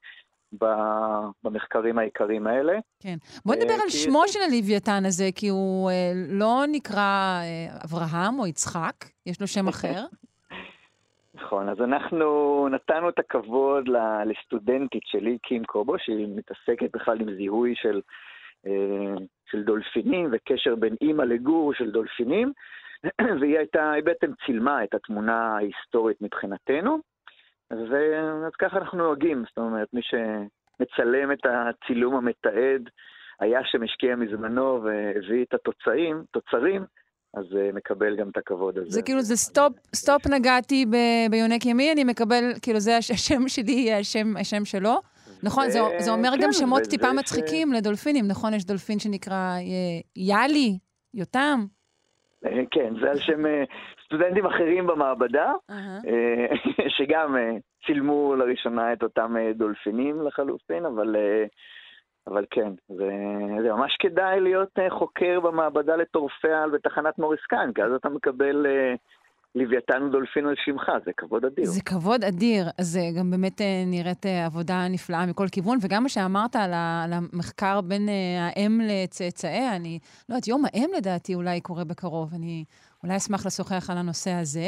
במחקרים העיקריים האלה. כן. בוא נדבר על שמו של הלוויתן הזה, כי הוא לא נקרא אברהם או יצחק, יש לו שם אחר. נכון, אז אנחנו נתנו את הכבוד לסטודנטית שלי, קים קובו, שהיא מתעסקת בכלל עם זיהוי של דולפינים וקשר בין אימא לגור של דולפינים, והיא בעצם צילמה את התמונה ההיסטורית מבחינתנו, ואז ככה אנחנו נוהגים, זאת אומרת, מי שמצלם את הצילום המתעד, היה שמשקיע מזמנו והביא את תוצרים, אז מקבל גם את הכבוד הזה. זה כאילו, זה סטופ נגעתי ביונק ימי, אני מקבל, כאילו זה השם שלי, השם שלו. נכון, זה אומר גם שמות טיפה מצחיקים לדולפינים, נכון? יש דולפין שנקרא יאלי, יותם. כן, זה על שם סטודנטים אחרים במעבדה, שגם צילמו לראשונה את אותם דולפינים לחלופין, אבל כן, זה ממש כדאי להיות חוקר במעבדה לטורפיה בתחנת מוריסקן, כי אז אתה מקבל לוויתן דולפין על שמך, זה כבוד אדיר. זה כבוד אדיר, אז גם באמת נראית עבודה נפלאה מכל כיוון, וגם מה שאמרת על המחקר בין האם לצאצאיה, אני לא יודעת, יום האם לדעתי אולי קורה בקרוב, אני אולי אשמח לשוחח על הנושא הזה.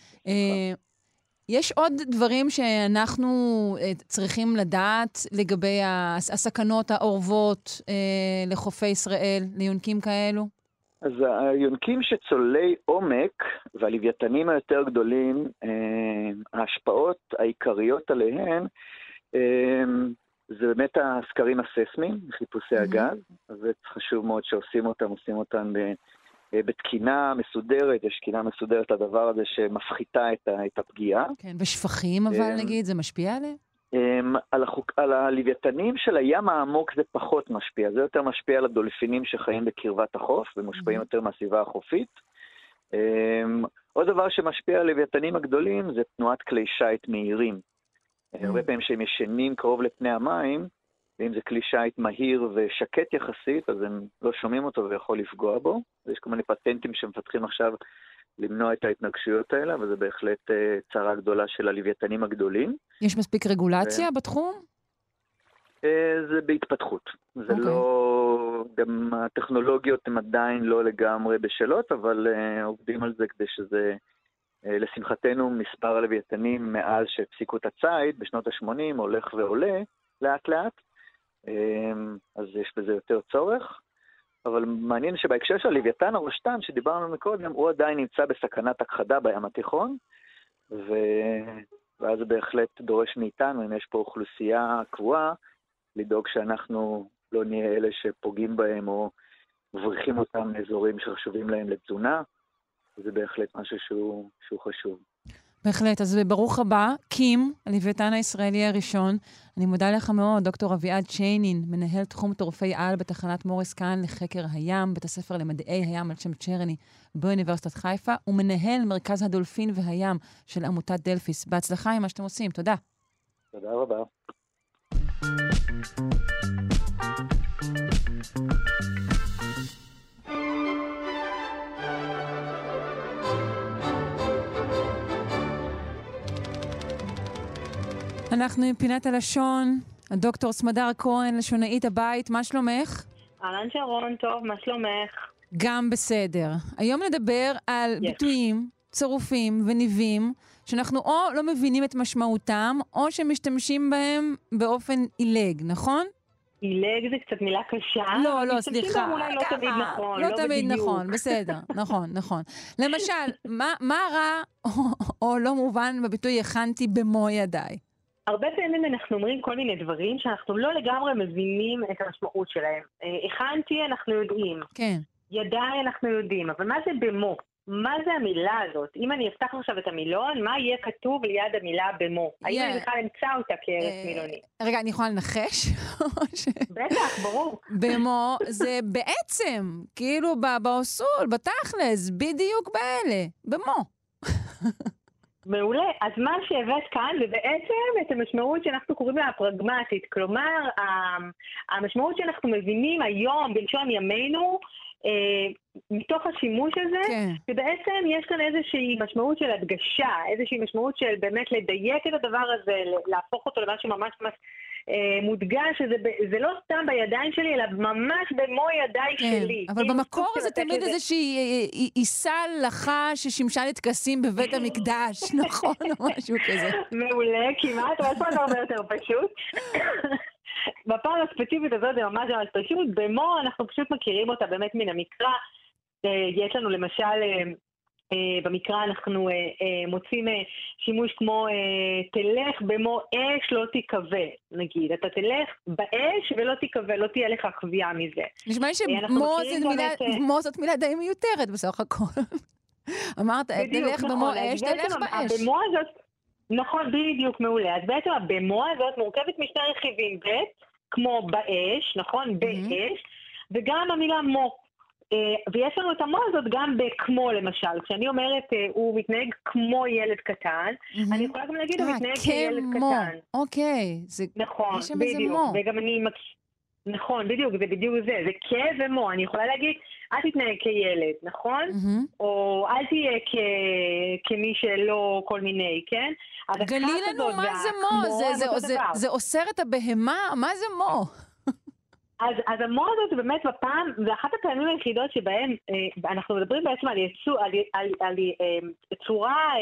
יש עוד דברים שאנחנו צריכים לדעת לגבי הסכנות האורבות לחופי ישראל, ליונקים כאלו? אז היונקים שצולי עומק והלוויתנים היותר גדולים, ההשפעות העיקריות עליהן, זה באמת הסקרים הססמיים, חיפושי הגז, אז זה חשוב מאוד שעושים אותם בתקינה מסודרת, יש תקינה מסודרת לדבר הזה שמפחיתה את הפגיעה. כן, בשפחים אבל נגיד, זה משפיע עליהם? על הלוויתנים של הים העמוק זה פחות משפיע, זה יותר משפיע על הדולפינים שחיים בקרבת החוף ומושפעים יותר מהסביבה החופית. עוד דבר שמשפיע על הלוויתנים הגדולים זה תנועת כלי שייט מהירים. הרבה פעמים שהם ישנים קרוב לפני המים, ואם זה כלי שייט מהיר ושקט יחסית, אז הם לא שומעים אותו ויכול לפגוע בו. יש כל מיני פטנטים שמפתחים עכשיו למנוע את ההתנגשויות האלה, וזה בהחלט צרה גדולה של הלוויתנים הגדולים. יש מספיק רגולציה בתחום? זה בהתפתחות. זה לא... גם הטכנולוגיות הן עדיין לא לגמרי בשלות, אבל עובדים על זה כדי שזה... לשמחתנו, מספר הלוויתנים מאז שהפסיקו את הציד בשנות ה-80 הולך ועולה לאט לאט, אז יש בזה יותר צורך. אבל מעניין שבהקשר של הלוויתן הרשתן שדיברנו מקודם, הוא עדיין נמצא בסכנת הכחדה בים התיכון, ואז זה בהחלט דורש מאיתנו, אם יש פה אוכלוסייה קבועה, לדאוג שאנחנו לא נהיה אלה שפוגעים בהם או מבריחים אותם לאזורים שחשובים להם לתזונה. זה בהחלט משהו שהוא חשוב. בהחלט, אז ברוך הבא, קים, הלוויתן הישראלי הראשון. אני מודה לך מאוד, דוקטור אביעד שיינין, מנהל תחום טורפי על בתחנת מוריס קאהן לחקר הים, בית הספר למדעי הים על שם צ'רני באוניברסיטת חיפה, ומנהל מרכז הדולפין והים של עמותת דלפיס. בהצלחה עם מה שאתם עושים, תודה. תודה רבה. אנחנו עם פינת הלשון, הדוקטור סמדר כהן, לשונאית הבית, מה שלומך? אהלן שרון, טוב, מה שלומך? גם בסדר. היום נדבר על ביטויים, צירופים וניבים, שאנחנו או לא מבינים את משמעותם, או שמשתמשים בהם באופן עילג, נכון? עילג זה קצת מילה קשה. לא, סליחה. אולי לא תמיד נכון, לא תמיד נכון, בסדר, נכון. למשל, מה רע או לא מובן בביטוי הכנתי במו ידיי? הרבה פעמים אנחנו אומרים כל מיני דברים שאנחנו לא לגמרי מבינים את המשמעות שלהם. הכנתי אנחנו יודעים. כן. ידיי אנחנו יודעים, אבל מה זה במו? מה זה המילה הזאת? אם אני אפתח עכשיו את המילון, מה יהיה כתוב ליד המילה במו? האם אני בכלל אמצא אותה כערך מילוני? רגע, אני יכולה לנחש? בטח, ברור. במו זה בעצם, כאילו באוסול, בתכלס, בדיוק באלה, במו. מעולה. אז מה שהבאת כאן זה בעצם את המשמעות שאנחנו קוראים לה הפרגמטית. כלומר, המשמעות שאנחנו מבינים היום בלשון ימינו, מתוך השימוש הזה, שבעצם יש כאן איזושהי משמעות של הדגשה, איזושהי משמעות של באמת לדייק את הדבר הזה, להפוך אותו למשהו ממש ממש מודגש, שזה לא סתם בידיים שלי, אלא ממש במו ידיי שלי. אבל במקור זה תמיד איזושהי עיסה לחה ששימשה לטקסים בבית המקדש, נכון? או משהו כזה. מעולה, כמעט, אבל פה זה הרבה יותר פשוט. בפעם הספציפית הזאת זה ממש ממש פשוט, במו אנחנו פשוט מכירים אותה באמת מן המקרא. יש לנו למשל, במקרא אנחנו מוצאים שימוש כמו תלך במו אש לא תיכווה, נגיד. אתה תלך באש ולא תיכווה, לא תהיה לך חוויה מזה. נשמע לי שמו זאת מילה די מיותרת בסך הכל. אמרת, תלך במו אש, תלך באש. הבמו הזאת, נכון, בדיוק, מעולה. אז בעצם הבמו הזאת מורכבת משני רכיבים, כמו באש, נכון? באש, וגם המילה מו. ויש לנו את המו הזאת גם בכמו למשל. כשאני אומרת הוא מתנהג כמו ילד קטן, אני יכולה גם להגיד הוא מתנהג כילד קטן. אוקיי. נכון, בדיוק. וגם אני נכון, בדיוק, זה בדיוק זה. זה כ ומו. אני יכולה להגיד, אל תתנהג כילד, נכון? או אל תהיה כמי שלא כל מיני, כן? גלי לנו מה זה מו? זה אוסר את הבהמה? מה זה מו? אז המור הזאת באמת בפעם, זה אחת הפעמים היחידות שבהן אנחנו מדברים בעצם על צורה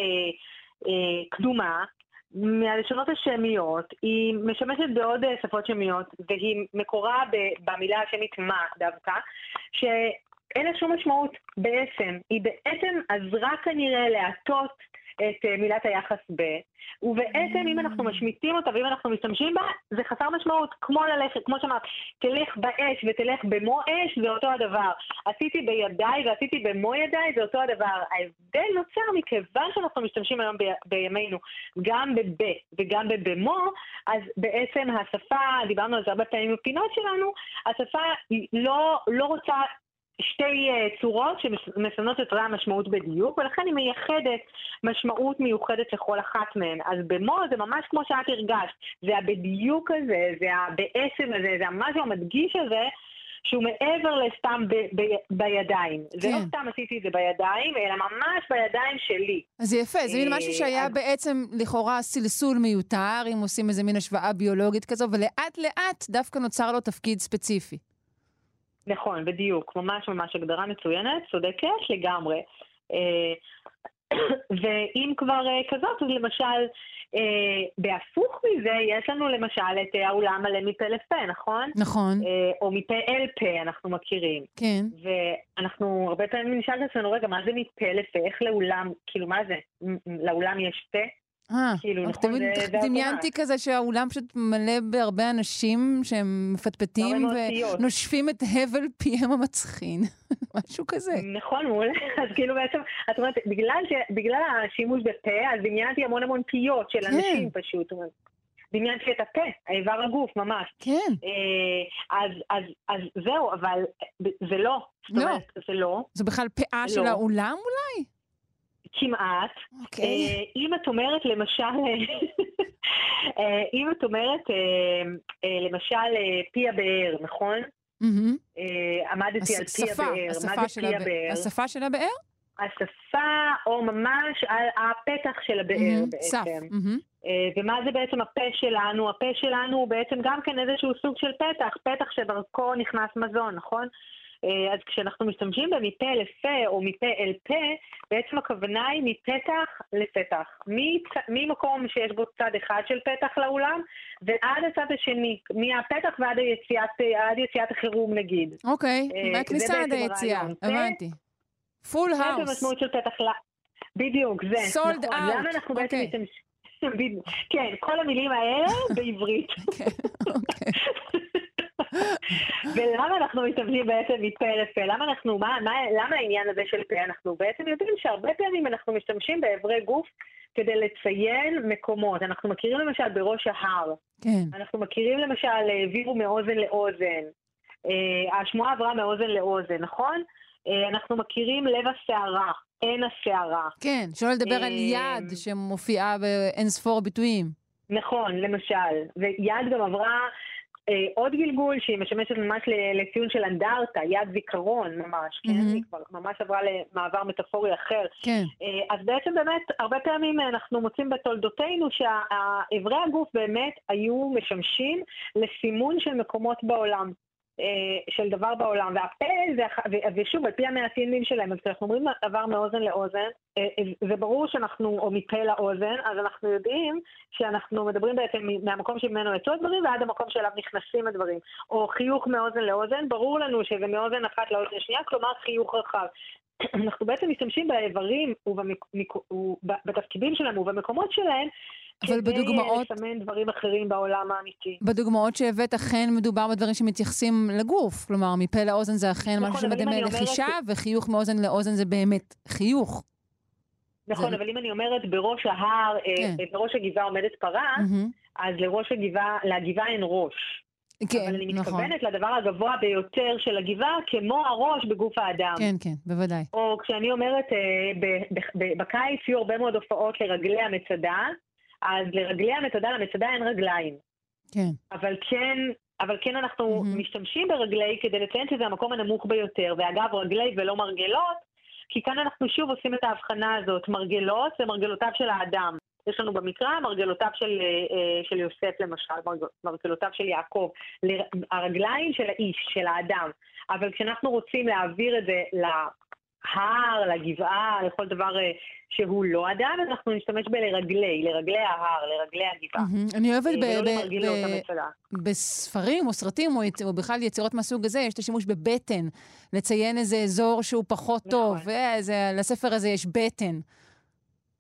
קדומה מהלשונות השמיות, היא משמשת בעוד שפות שמיות, והיא מקורה במילה השמית מה דווקא, שאין לה שום משמעות בעצם. היא בעצם עזרה כנראה להטות את מילת היחס ב, ובעצם אם אנחנו משמיטים אותה ואם אנחנו משתמשים בה, זה חסר משמעות, כמו ללכת, כמו שאמרת, תלך באש ותלך במו אש, זה אותו הדבר. עשיתי בידיי ועשיתי במו ידיי, זה אותו הדבר. ההבדל נוצר מכיוון שאנחנו משתמשים היום בימינו, גם בב וגם בבמו, אז בעצם השפה, דיברנו על זה הרבה פעמים בפינות שלנו, השפה לא רוצה שתי צורות שמסמנות את אותה המשמעות בדיוק, ולכן היא מייחדת משמעות מיוחדת לכל אחת מהן. אז במו זה ממש כמו שאת הרגשת, זה הבדיוק הזה, זה בעצם הזה, זה המשהו המדגיש הזה, שהוא מעבר לסתם בידיים. כן. זה לא סתם עשיתי את זה בידיים, אלא ממש בידיים שלי. אז יפה, זה מין משהו שהיה בעצם לכאורה סלסול מיותר, אם עושים איזה מין השוואה ביולוגית כזו, ולאט לאט דווקא נוצר לו תפקיד ספציפי. נכון, בדיוק. ממש ממש הגדרה מצוינת, צודקת לגמרי. ואם כבר כזאת, אז למשל, בהפוך מזה, יש לנו למשל את העולם מלא מפה לפה, נכון? נכון. או מפה אל פה, אנחנו מכירים. כן. ואנחנו הרבה פעמים נשאל את עצמנו, רגע, מה זה מפה לפה? איך לעולם, כאילו, מה זה? לעולם יש פה? כאילו, נכון, זה דמיינתי כזה שהאולם פשוט מלא בהרבה אנשים שהם מפטפטים ונושפים את הבל פיהם המצחין. משהו כזה. נכון, מול. אז כאילו בעצם, את אומרת, בגלל השימוש בפה, אז דמיינתי המון פיות של אנשים פשוט. דמיינתי את הפה, האיבר הגוף, ממש. כן. אז זהו, אבל זה לא. זאת אומרת, זה לא. זה בכלל פאה של האולם אולי? כמעט. אם את אומרת למשל, למשל פי הבאר, נכון? עמדתי על פי הבאר. השפה של הבאר? השפה, או ממש על הפתח של הבאר בעצם. ומה זה בעצם הפה שלנו? הפה שלנו הוא בעצם גם כן איזשהו סוג של פתח שדרכו נכנס מזון, נכון? אז כשאנחנו משתמשים במפה לפה או מפה אל פה, בעצם הכוונה היא מפתח לפתח. ממקום שיש בו צד אחד של פתח לאולם, ועד הצד השני, מהפתח ועד יציאת החירום נגיד. אוקיי, מהכניסה עד היציאה, הבנתי. פול האוס. זה במשמעות של פתח, בדיוק, זה. סולד אאוט. למה אנחנו בעצם משתמשים? כן, כל המילים האלה בעברית. אוקיי. ולמה אנחנו משתמשים בעצם מפה לפה? למה העניין הזה של פה? אנחנו בעצם יודעים שהרבה פעמים אנחנו משתמשים בעברי גוף כדי לציין מקומות. אנחנו מכירים למשל בראש ההר. כן. אנחנו מכירים למשל העבירו מאוזן לאוזן. השמועה עברה מאוזן לאוזן, נכון? אנחנו מכירים לב השערה, עין השערה. כן, שלא לדבר על יד שמופיעה באין ספור ביטויים. נכון, למשל. ויד גם עברה עוד גלגול שהיא משמשת ממש לציון של אנדרטה, יד זיכרון ממש, כן? היא כבר ממש עברה למעבר מטאפורי אחר. כן. אז בעצם באמת, הרבה פעמים אנחנו מוצאים בתולדותינו שהעברי הגוף באמת היו משמשים לסימון של מקומות בעולם. של דבר בעולם, והפה, ושוב, על פי המאפיינים שלהם, אז כשאנחנו אומרים עבר מאוזן לאוזן, זה ברור שאנחנו, או מפה לאוזן, אז אנחנו יודעים שאנחנו מדברים בעצם מהמקום שממנו יצאו הדברים, ועד המקום שאליו נכנסים הדברים. או חיוך מאוזן לאוזן, ברור לנו שזה מאוזן אחת לאוזן שנייה, כלומר חיוך רחב. אנחנו בעצם משתמשים באיברים ובתפקידים שלהם ובמקומות שלהם, כדי לסמן דברים אחרים בעולם האמיתי. בדוגמאות שהבאת, אכן מדובר בדברים שמתייחסים לגוף. כלומר, מפה לאוזן זה אכן משהו שמדמה לחישה, וחיוך מאוזן לאוזן זה באמת חיוך. נכון, אבל אם אני אומרת בראש ההר, בראש הגבעה עומדת פרה, אז לגבעה אין ראש. אבל אני מתכוונת לדבר הגבוה ביותר של הגבעה, כמו הראש בגוף האדם. כן, כן, בוודאי. או כשאני אומרת, בקיץ יהיו הרבה מאוד הופעות לרגלי המצדה, אז לרגלי המצדה, למצדה אין רגליים. כן. אבל כן אנחנו משתמשים ברגלי כדי לציין שזה המקום הנמוך ביותר. ואגב, רגלי ולא מרגלות, כי כאן אנחנו שוב עושים את ההבחנה הזאת. מרגלות זה מרגלותיו של האדם. יש לנו במקרא מרגלותיו של יוסף למשל, מרגלותיו של יעקב. הרגליים של האיש, של האדם. אבל כשאנחנו רוצים להעביר את זה להר, לגבעה, לכל דבר שהוא לא אדם, אנחנו נשתמש לרגלי ההר, לרגלי הגבעה. אני אוהבת בספרים או סרטים או בכלל יצירות מהסוג הזה, יש את השימוש בבטן, לציין איזה אזור שהוא פחות טוב, ולספר הזה יש בטן.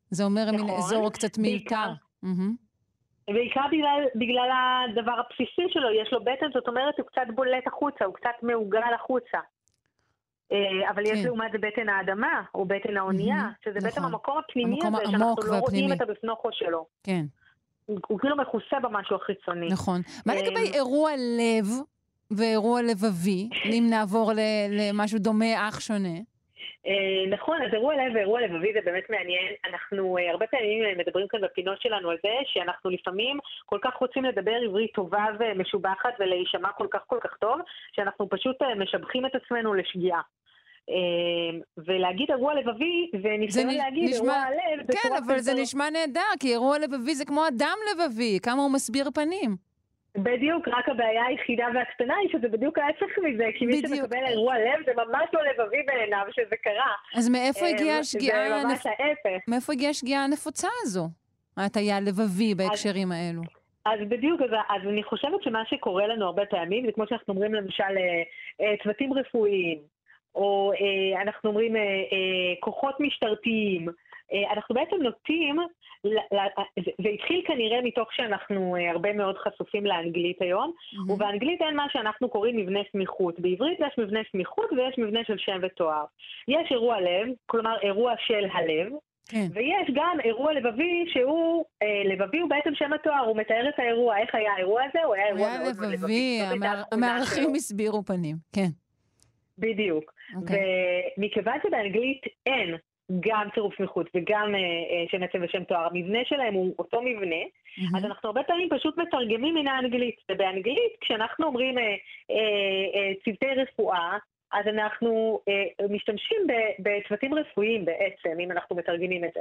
זה אומר מין אזור קצת מיותר. בעיקר בגלל הדבר הבסיסי שלו, יש לו בטן, זאת אומרת, הוא קצת בולט החוצה, הוא קצת מעוגל החוצה. אבל יש לעומת זה בטן האדמה, או בטן האונייה, שזה בעצם המקום הפנימי הזה, שאנחנו לא רואים את הבפנוכו שלו. כן. הוא כאילו מכוסה במשהו החיצוני. נכון. מה לגבי אירוע לב ואירוע לבבי, אם נעבור למשהו דומה, אך שונה? נכון, אז אירוע לב ואירוע לבבי זה באמת מעניין. אנחנו הרבה פעמים מדברים כאן בפינות שלנו על זה, שאנחנו לפעמים כל כך רוצים לדבר עברית טובה ומשובחת ולהישמע כל כך טוב, שאנחנו פשוט משבחים את עצמנו לשגיאה. ולהגיד אירוע לבבי, וניסיון להגיד אירוע לב... כן, אבל זה נשמע נהדר, כי אירוע לבבי זה כמו אדם לבבי, כמה הוא מסביר פנים. בדיוק, רק הבעיה היחידה והקטנה היא שזה בדיוק ההפך מזה, כי מי שמקבל אירוע לב זה ממש לא לבבי בעיניו שזה קרה. אז מאיפה הגיעה השגיאה... זה ממש ההפך. מאיפה הגיעה השגיאה הנפוצה הזו? ההטיה לבבי בהקשרים האלו. אז בדיוק, אז אני חושבת שמה שקורה לנו הרבה פעמים, זה כמו שאנחנו אומרים למשל צוותים רפואיים, או אנחנו אומרים כוחות משטרתיים, אנחנו בעצם נוטים, זה התחיל כנראה מתוך שאנחנו הרבה מאוד חשופים לאנגלית היום, ובאנגלית אין מה שאנחנו קוראים מבנה סמיכות. בעברית יש מבנה סמיכות ויש מבנה של שם ותואר. יש אירוע לב, כלומר אירוע של הלב, ויש גם אירוע לבבי שהוא, לבבי הוא בעצם שם התואר, הוא מתאר את האירוע, איך היה האירוע הזה, הוא היה אירוע מאוד לבבי. המערכים הסבירו פנים, כן. בדיוק. ומכיוון שבאנגלית אין גם צירוף סמיכות וגם שם עצם ושם תואר, המבנה שלהם הוא אותו מבנה, אז אנחנו הרבה פעמים פשוט מתרגמים מן האנגלית. ובאנגלית, כשאנחנו אומרים צוותי רפואה, אז אנחנו משתמשים בצוותים רפואיים בעצם, אם אנחנו מתרגמים את זה.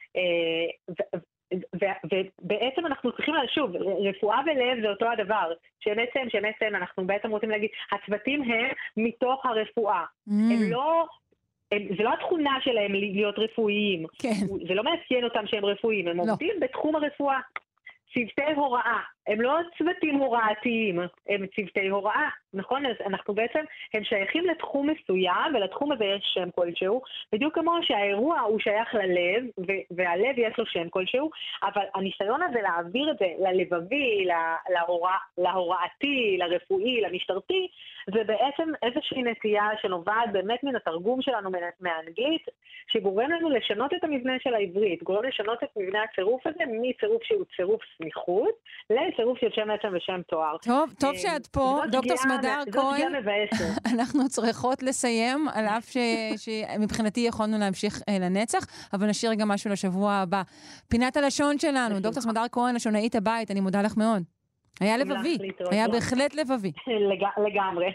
ובעצם אנחנו צריכים שוב, רפואה ולב זה אותו הדבר, שבעצם אנחנו בעצם רוצים להגיד, הצוותים הם מתוך הרפואה. הם לא... זה לא התכונה שלהם להיות רפואיים. זה לא מאפיין אותם שהם רפואיים, הם עובדים בתחום הרפואה. צוותי הוראה, הם לא צוותים הוראתיים, הם צוותי הוראה, נכון? אז אנחנו בעצם, הם שייכים לתחום מסוים, ולתחום הזה יש שם כלשהו, בדיוק כמו שהאירוע הוא שייך ללב, והלב יש לו שם כלשהו, אבל הניסיון הזה להעביר את זה ללבבי, להוראתי, לרפואי, למשטרתי, זה בעצם איזושהי נטייה שנובעת באמת מן התרגום שלנו מהאנגלית, שגורם לנו לשנות את המבנה של העברית, גורם לשנות את מבנה הצירוף הזה, מצירוף שהוא צירוף סמיכות, לצירוף של שם עצם ושם תואר. טוב שאת פה, דוקטור סמדר כהן. אנחנו צריכות לסיים, על אף שמבחינתי יכולנו להמשיך לנצח, אבל נשאיר גם משהו לשבוע הבא. פינת הלשון שלנו, דוקטור סמדר כהן, לשונאית הבית, אני מודה לך מאוד. היה לבבי, היה בהחלט לבבי. לגמרי.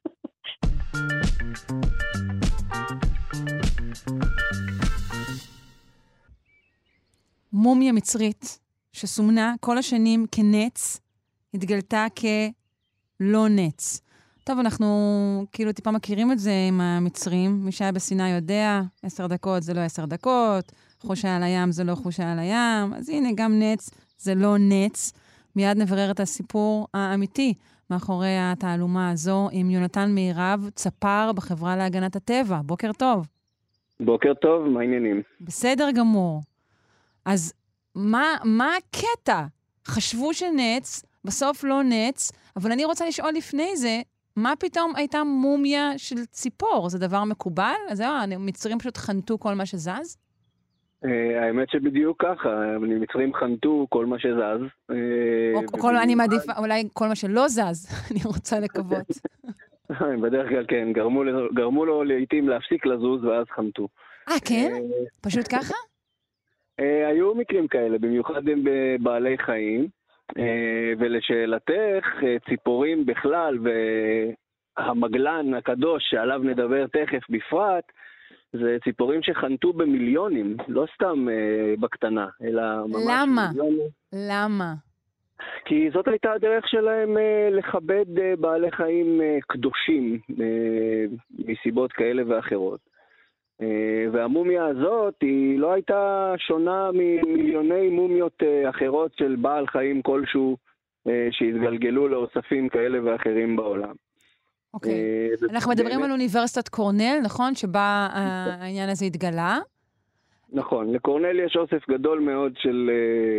מומיה מצרית שסומנה כל השנים כנץ, התגלתה כלא נץ. טוב, אנחנו כאילו טיפה מכירים את זה עם המצרים. מי שהיה בסיני יודע, 10 דקות זה לא 10 דקות, חושה על הים זה לא חושה על הים. אז הנה, גם נץ זה לא נץ. מיד נברר את הסיפור האמיתי מאחורי התעלומה הזו עם יונתן מירב, צפר בחברה להגנת הטבע. בוקר טוב. בוקר טוב, מה העניינים? בסדר גמור. אז מה הקטע? חשבו שנץ, בסוף לא נץ, אבל אני רוצה לשאול לפני זה, מה פתאום הייתה מומיה של ציפור? זה דבר מקובל? אז זהו, המצרים פשוט חנתו כל מה שזז? האמת שבדיוק ככה, המצרים חנתו כל מה שזז. אני מעדיפה, אולי כל מה שלא זז, אני רוצה לקוות. בדרך כלל כן, גרמו לו לעתים להפסיק לזוז ואז חנתו. כן? פשוט ככה? היו מקרים כאלה, במיוחד הם בבעלי חיים, ולשאלתך, ציפורים בכלל, והמגלן הקדוש שעליו נדבר תכף בפרט, זה ציפורים שחנתו במיליונים, לא סתם בקטנה, אלא ממש במיליונים. למה? כי זאת הייתה הדרך שלהם לכבד בעלי חיים קדושים, מסיבות כאלה ואחרות. והמומיה הזאת היא לא הייתה שונה ממיליוני מומיות אחרות של בעל חיים כלשהו שהתגלגלו לאוספים כאלה ואחרים בעולם. אוקיי. אנחנו מדברים על אוניברסיטת קורנל, נכון? שבה העניין הזה התגלה. נכון, לקורנל יש אוסף גדול מאוד של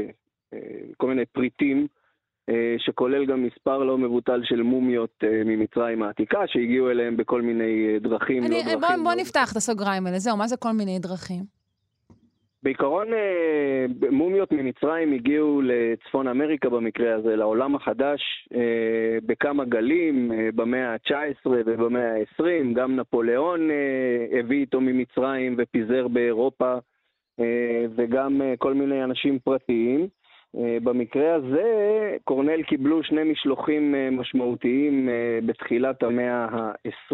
כל מיני פריטים, שכולל גם מספר לא מבוטל של מומיות ממצרים העתיקה, שהגיעו אליהם בכל מיני דרכים. בוא נפתח את הסוגריים האלה. זהו, מה זה כל מיני דרכים? בעיקרון, מומיות ממצרים הגיעו לצפון אמריקה במקרה הזה, לעולם החדש, בכמה גלים, במאה ה-19 ובמאה ה-20. גם נפוליאון הביא איתו ממצרים ופיזר באירופה, וגם כל מיני אנשים פרטיים. במקרה הזה, קורנל קיבלו שני משלוחים משמעותיים בתחילת המאה ה-20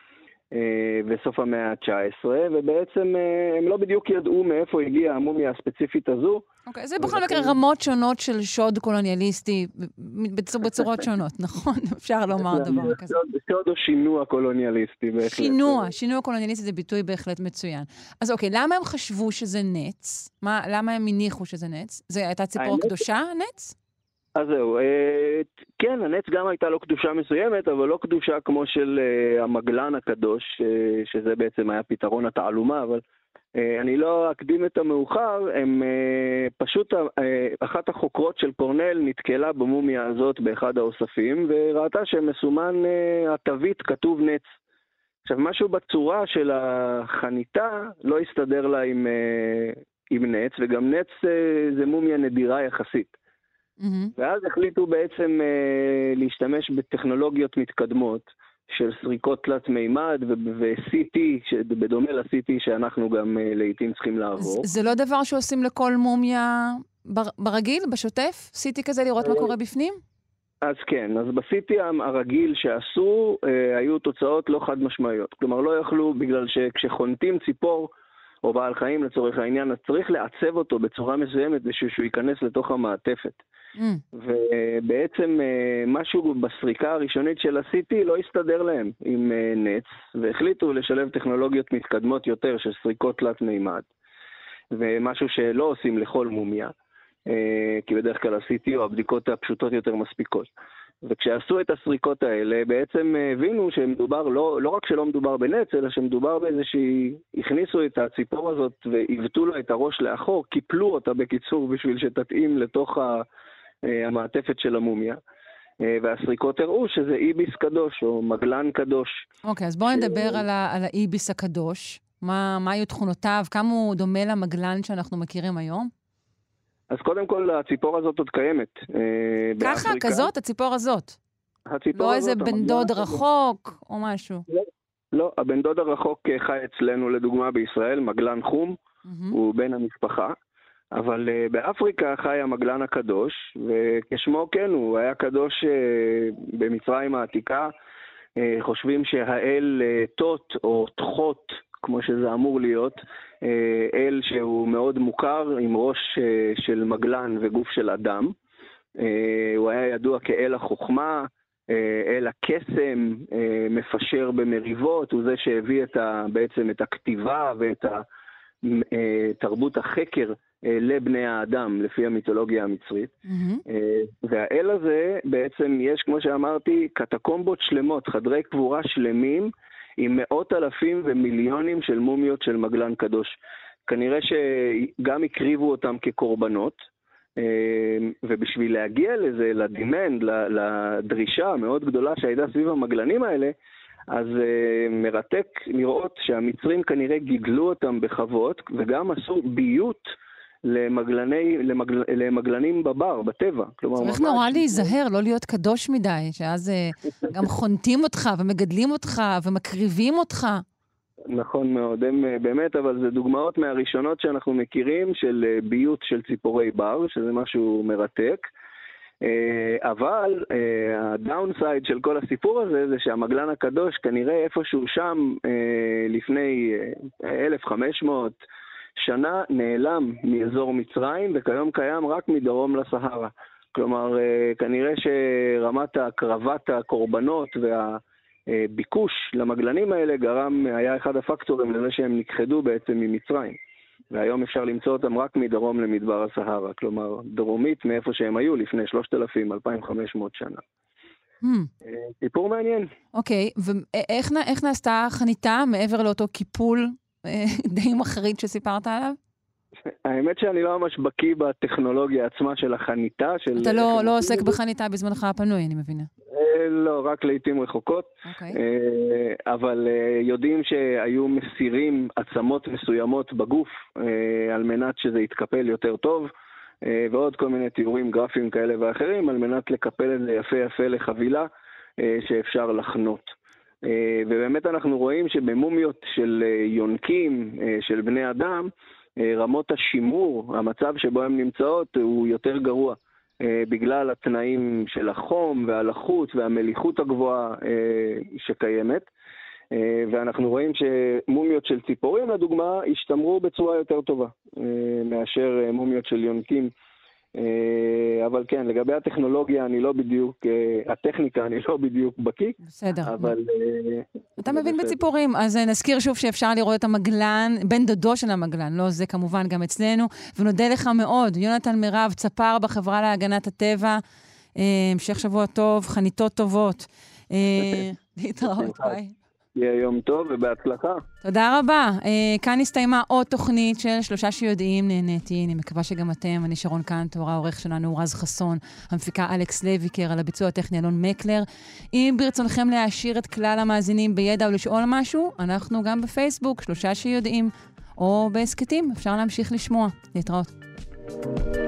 וסוף המאה ה-19, ובעצם הם לא בדיוק ידעו מאיפה הגיעה המומיה הספציפית הזו. אוקיי, זה בכל מקרה רמות שונות של שוד קולוניאליסטי בצורות שונות, נכון? אפשר לומר דבר כזה. שוד או שינוע קולוניאליסטי, בהחלט. שינוע קולוניאליסטי זה ביטוי בהחלט מצוין. אז אוקיי, למה הם חשבו שזה נץ? למה הם הניחו שזה נץ? זה הייתה ציפור קדושה, נץ? אז זהו, כן, הנץ גם הייתה לו קדושה מסוימת, אבל לא קדושה כמו של המגלן הקדוש, שזה בעצם היה פתרון התעלומה, אבל אני לא אקדים את המאוחר, הם פשוט, אחת החוקרות של קורנל נתקלה במומיה הזאת באחד האוספים, וראתה שמסומן התווית כתוב נץ. עכשיו, משהו בצורה של החניתה לא הסתדר לה עם נץ, וגם נץ זה מומיה נדירה יחסית. ואז החליטו בעצם להשתמש בטכנולוגיות מתקדמות של סריקות תלת מימד ו-CT, בדומה ל-CT שאנחנו גם לעתים צריכים לעבור. זה לא דבר שעושים לכל מומיה ברגיל, בשוטף? CT כזה לראות מה קורה בפנים? אז כן, אז ב-CT הרגיל שעשו היו תוצאות לא חד משמעיות. כלומר לא יכלו, בגלל שכשחונטים ציפור או בעל חיים לצורך העניין, אז צריך לעצב אותו בצורה מסוימת בשביל שהוא ייכנס לתוך המעטפת. ובעצם משהו בסריקה הראשונית של ה-CT לא הסתדר להם עם נץ, והחליטו לשלב טכנולוגיות מתקדמות יותר של סריקות תלת מימד, ומשהו שלא עושים לכל מומיה, כי בדרך כלל ה-CT או הבדיקות הפשוטות יותר מספיקות. וכשעשו את הסריקות האלה, בעצם הבינו שמדובר, לא רק שלא מדובר בנץ, אלא שמדובר באיזה שהכניסו את הציפור הזאת ועיוותו לה את הראש לאחור, קיפלו אותה בקיצור בשביל שתתאים לתוך המעטפת של המומיה. והסריקות הראו שזה איביס קדוש או מגלן קדוש. אוקיי, אז בואו נדבר על האיביס הקדוש. מה היו תכונותיו? כמה הוא דומה למגלן שאנחנו מכירים היום? אז קודם כל, הציפור הזאת עוד קיימת. ככה, כזאת, הציפור הזאת. לא איזה בן דוד רחוק או משהו. לא, הבן דוד הרחוק חי אצלנו, לדוגמה בישראל, מגלן חום, הוא בן המשפחה, אבל באפריקה חי המגלן הקדוש, וכשמו כן, הוא היה קדוש במצרים העתיקה. חושבים שהאל תות או תחות, כמו שזה אמור להיות, אל שהוא מאוד מוכר עם ראש של מגלן וגוף של אדם. הוא היה ידוע כאל החוכמה, אל הקסם, מפשר במריבות, הוא זה שהביא בעצם את הכתיבה ואת תרבות החקר לבני האדם, לפי המיתולוגיה המצרית. והאל הזה בעצם יש, כמו שאמרתי, קטקומבות שלמות, חדרי קבורה שלמים, עם מאות אלפים ומיליונים של מומיות של מגלן קדוש. כנראה שגם הקריבו אותם כקורבנות, ובשביל להגיע לזה, לדימנד, לדרישה המאוד גדולה שהייתה סביב המגלנים האלה, אז מרתק לראות שהמצרים כנראה גידלו אותם בחוות, וגם עשו ביות למגלנים בבר, בטבע. צריך נורא להיזהר, לא להיות קדוש מדי, שאז גם חונטים אותך ומגדלים אותך ומקריבים אותך. נכון מאוד, הם באמת, אבל זה דוגמאות מהראשונות שאנחנו מכירים של ביות של ציפורי בר, שזה משהו מרתק. אבל הדאונסייד של כל הסיפור הזה זה שהמגלן הקדוש כנראה איפשהו שם לפני 1500 שנה נעלם מאזור מצרים, וכיום קיים רק מדרום לסהרה. כלומר, כנראה שרמת הקרבת הקורבנות והביקוש למגלנים האלה היה אחד הפקטורים לזה שהם נכחדו בעצם ממצרים. והיום אפשר למצוא אותם רק מדרום למדבר הסהרה. כלומר, דרומית מאיפה שהם היו לפני 3,000-2,500 שנה. סיפור מעניין. אוקיי, ואיך נעשתה חניתה מעבר לאותו קיפול די מחריד שסיפרת עליו? האמת שאני לא ממש בקיא בטכנולוגיה עצמה של החניתה. אתה לא עוסק בחניתה בזמנך הפנוי, אני מבינה. לא, רק לעתים רחוקות. אבל יודעים שהיו מסירים עצמות מסוימות בגוף על מנת שזה יתקפל יותר טוב, ועוד כל מיני תיאורים גרפיים כאלה ואחרים, על מנת לקפל את זה יפה יפה לחבילה שאפשר לחנות. ובאמת אנחנו רואים שבמומיות של יונקים, של בני אדם, רמות השימור, המצב שבו הן נמצאות, הוא יותר גרוע. בגלל התנאים של החום והלחות והמליחות הגבוהה שקיימת. ואנחנו רואים שמומיות של ציפורים, לדוגמה, השתמרו בצורה יותר טובה מאשר מומיות של יונקים. אבל כן, לגבי הטכנולוגיה אני לא בדיוק, הטכניקה אני לא בדיוק בקיא. בסדר. אבל... אתה מבין בציפורים, אז נזכיר שוב שאפשר לראות את המגלן, בן דודו של המגלן, לא זה כמובן גם אצלנו, ונודה לך מאוד, יונתן מירב, צפר בחברה להגנת הטבע, המשך שבוע טוב, חניתות טובות. להתראות, ביי. יהיה יום טוב ובהצלחה. תודה רבה. כאן הסתיימה עוד תוכנית של 3 שיודעים. נהניתי, אני מקווה שגם אתם. אני שרון קנטור, העורך שלנו הוא רז חסון, המפיקה אלכס לויקר, על הביצוע הטכני אלון מקלר. אם ברצונכם להעשיר את כלל המאזינים בידע או לשאול משהו, אנחנו גם בפייסבוק, 3 שיודעים, או בהסקטים, אפשר להמשיך לשמוע. להתראות.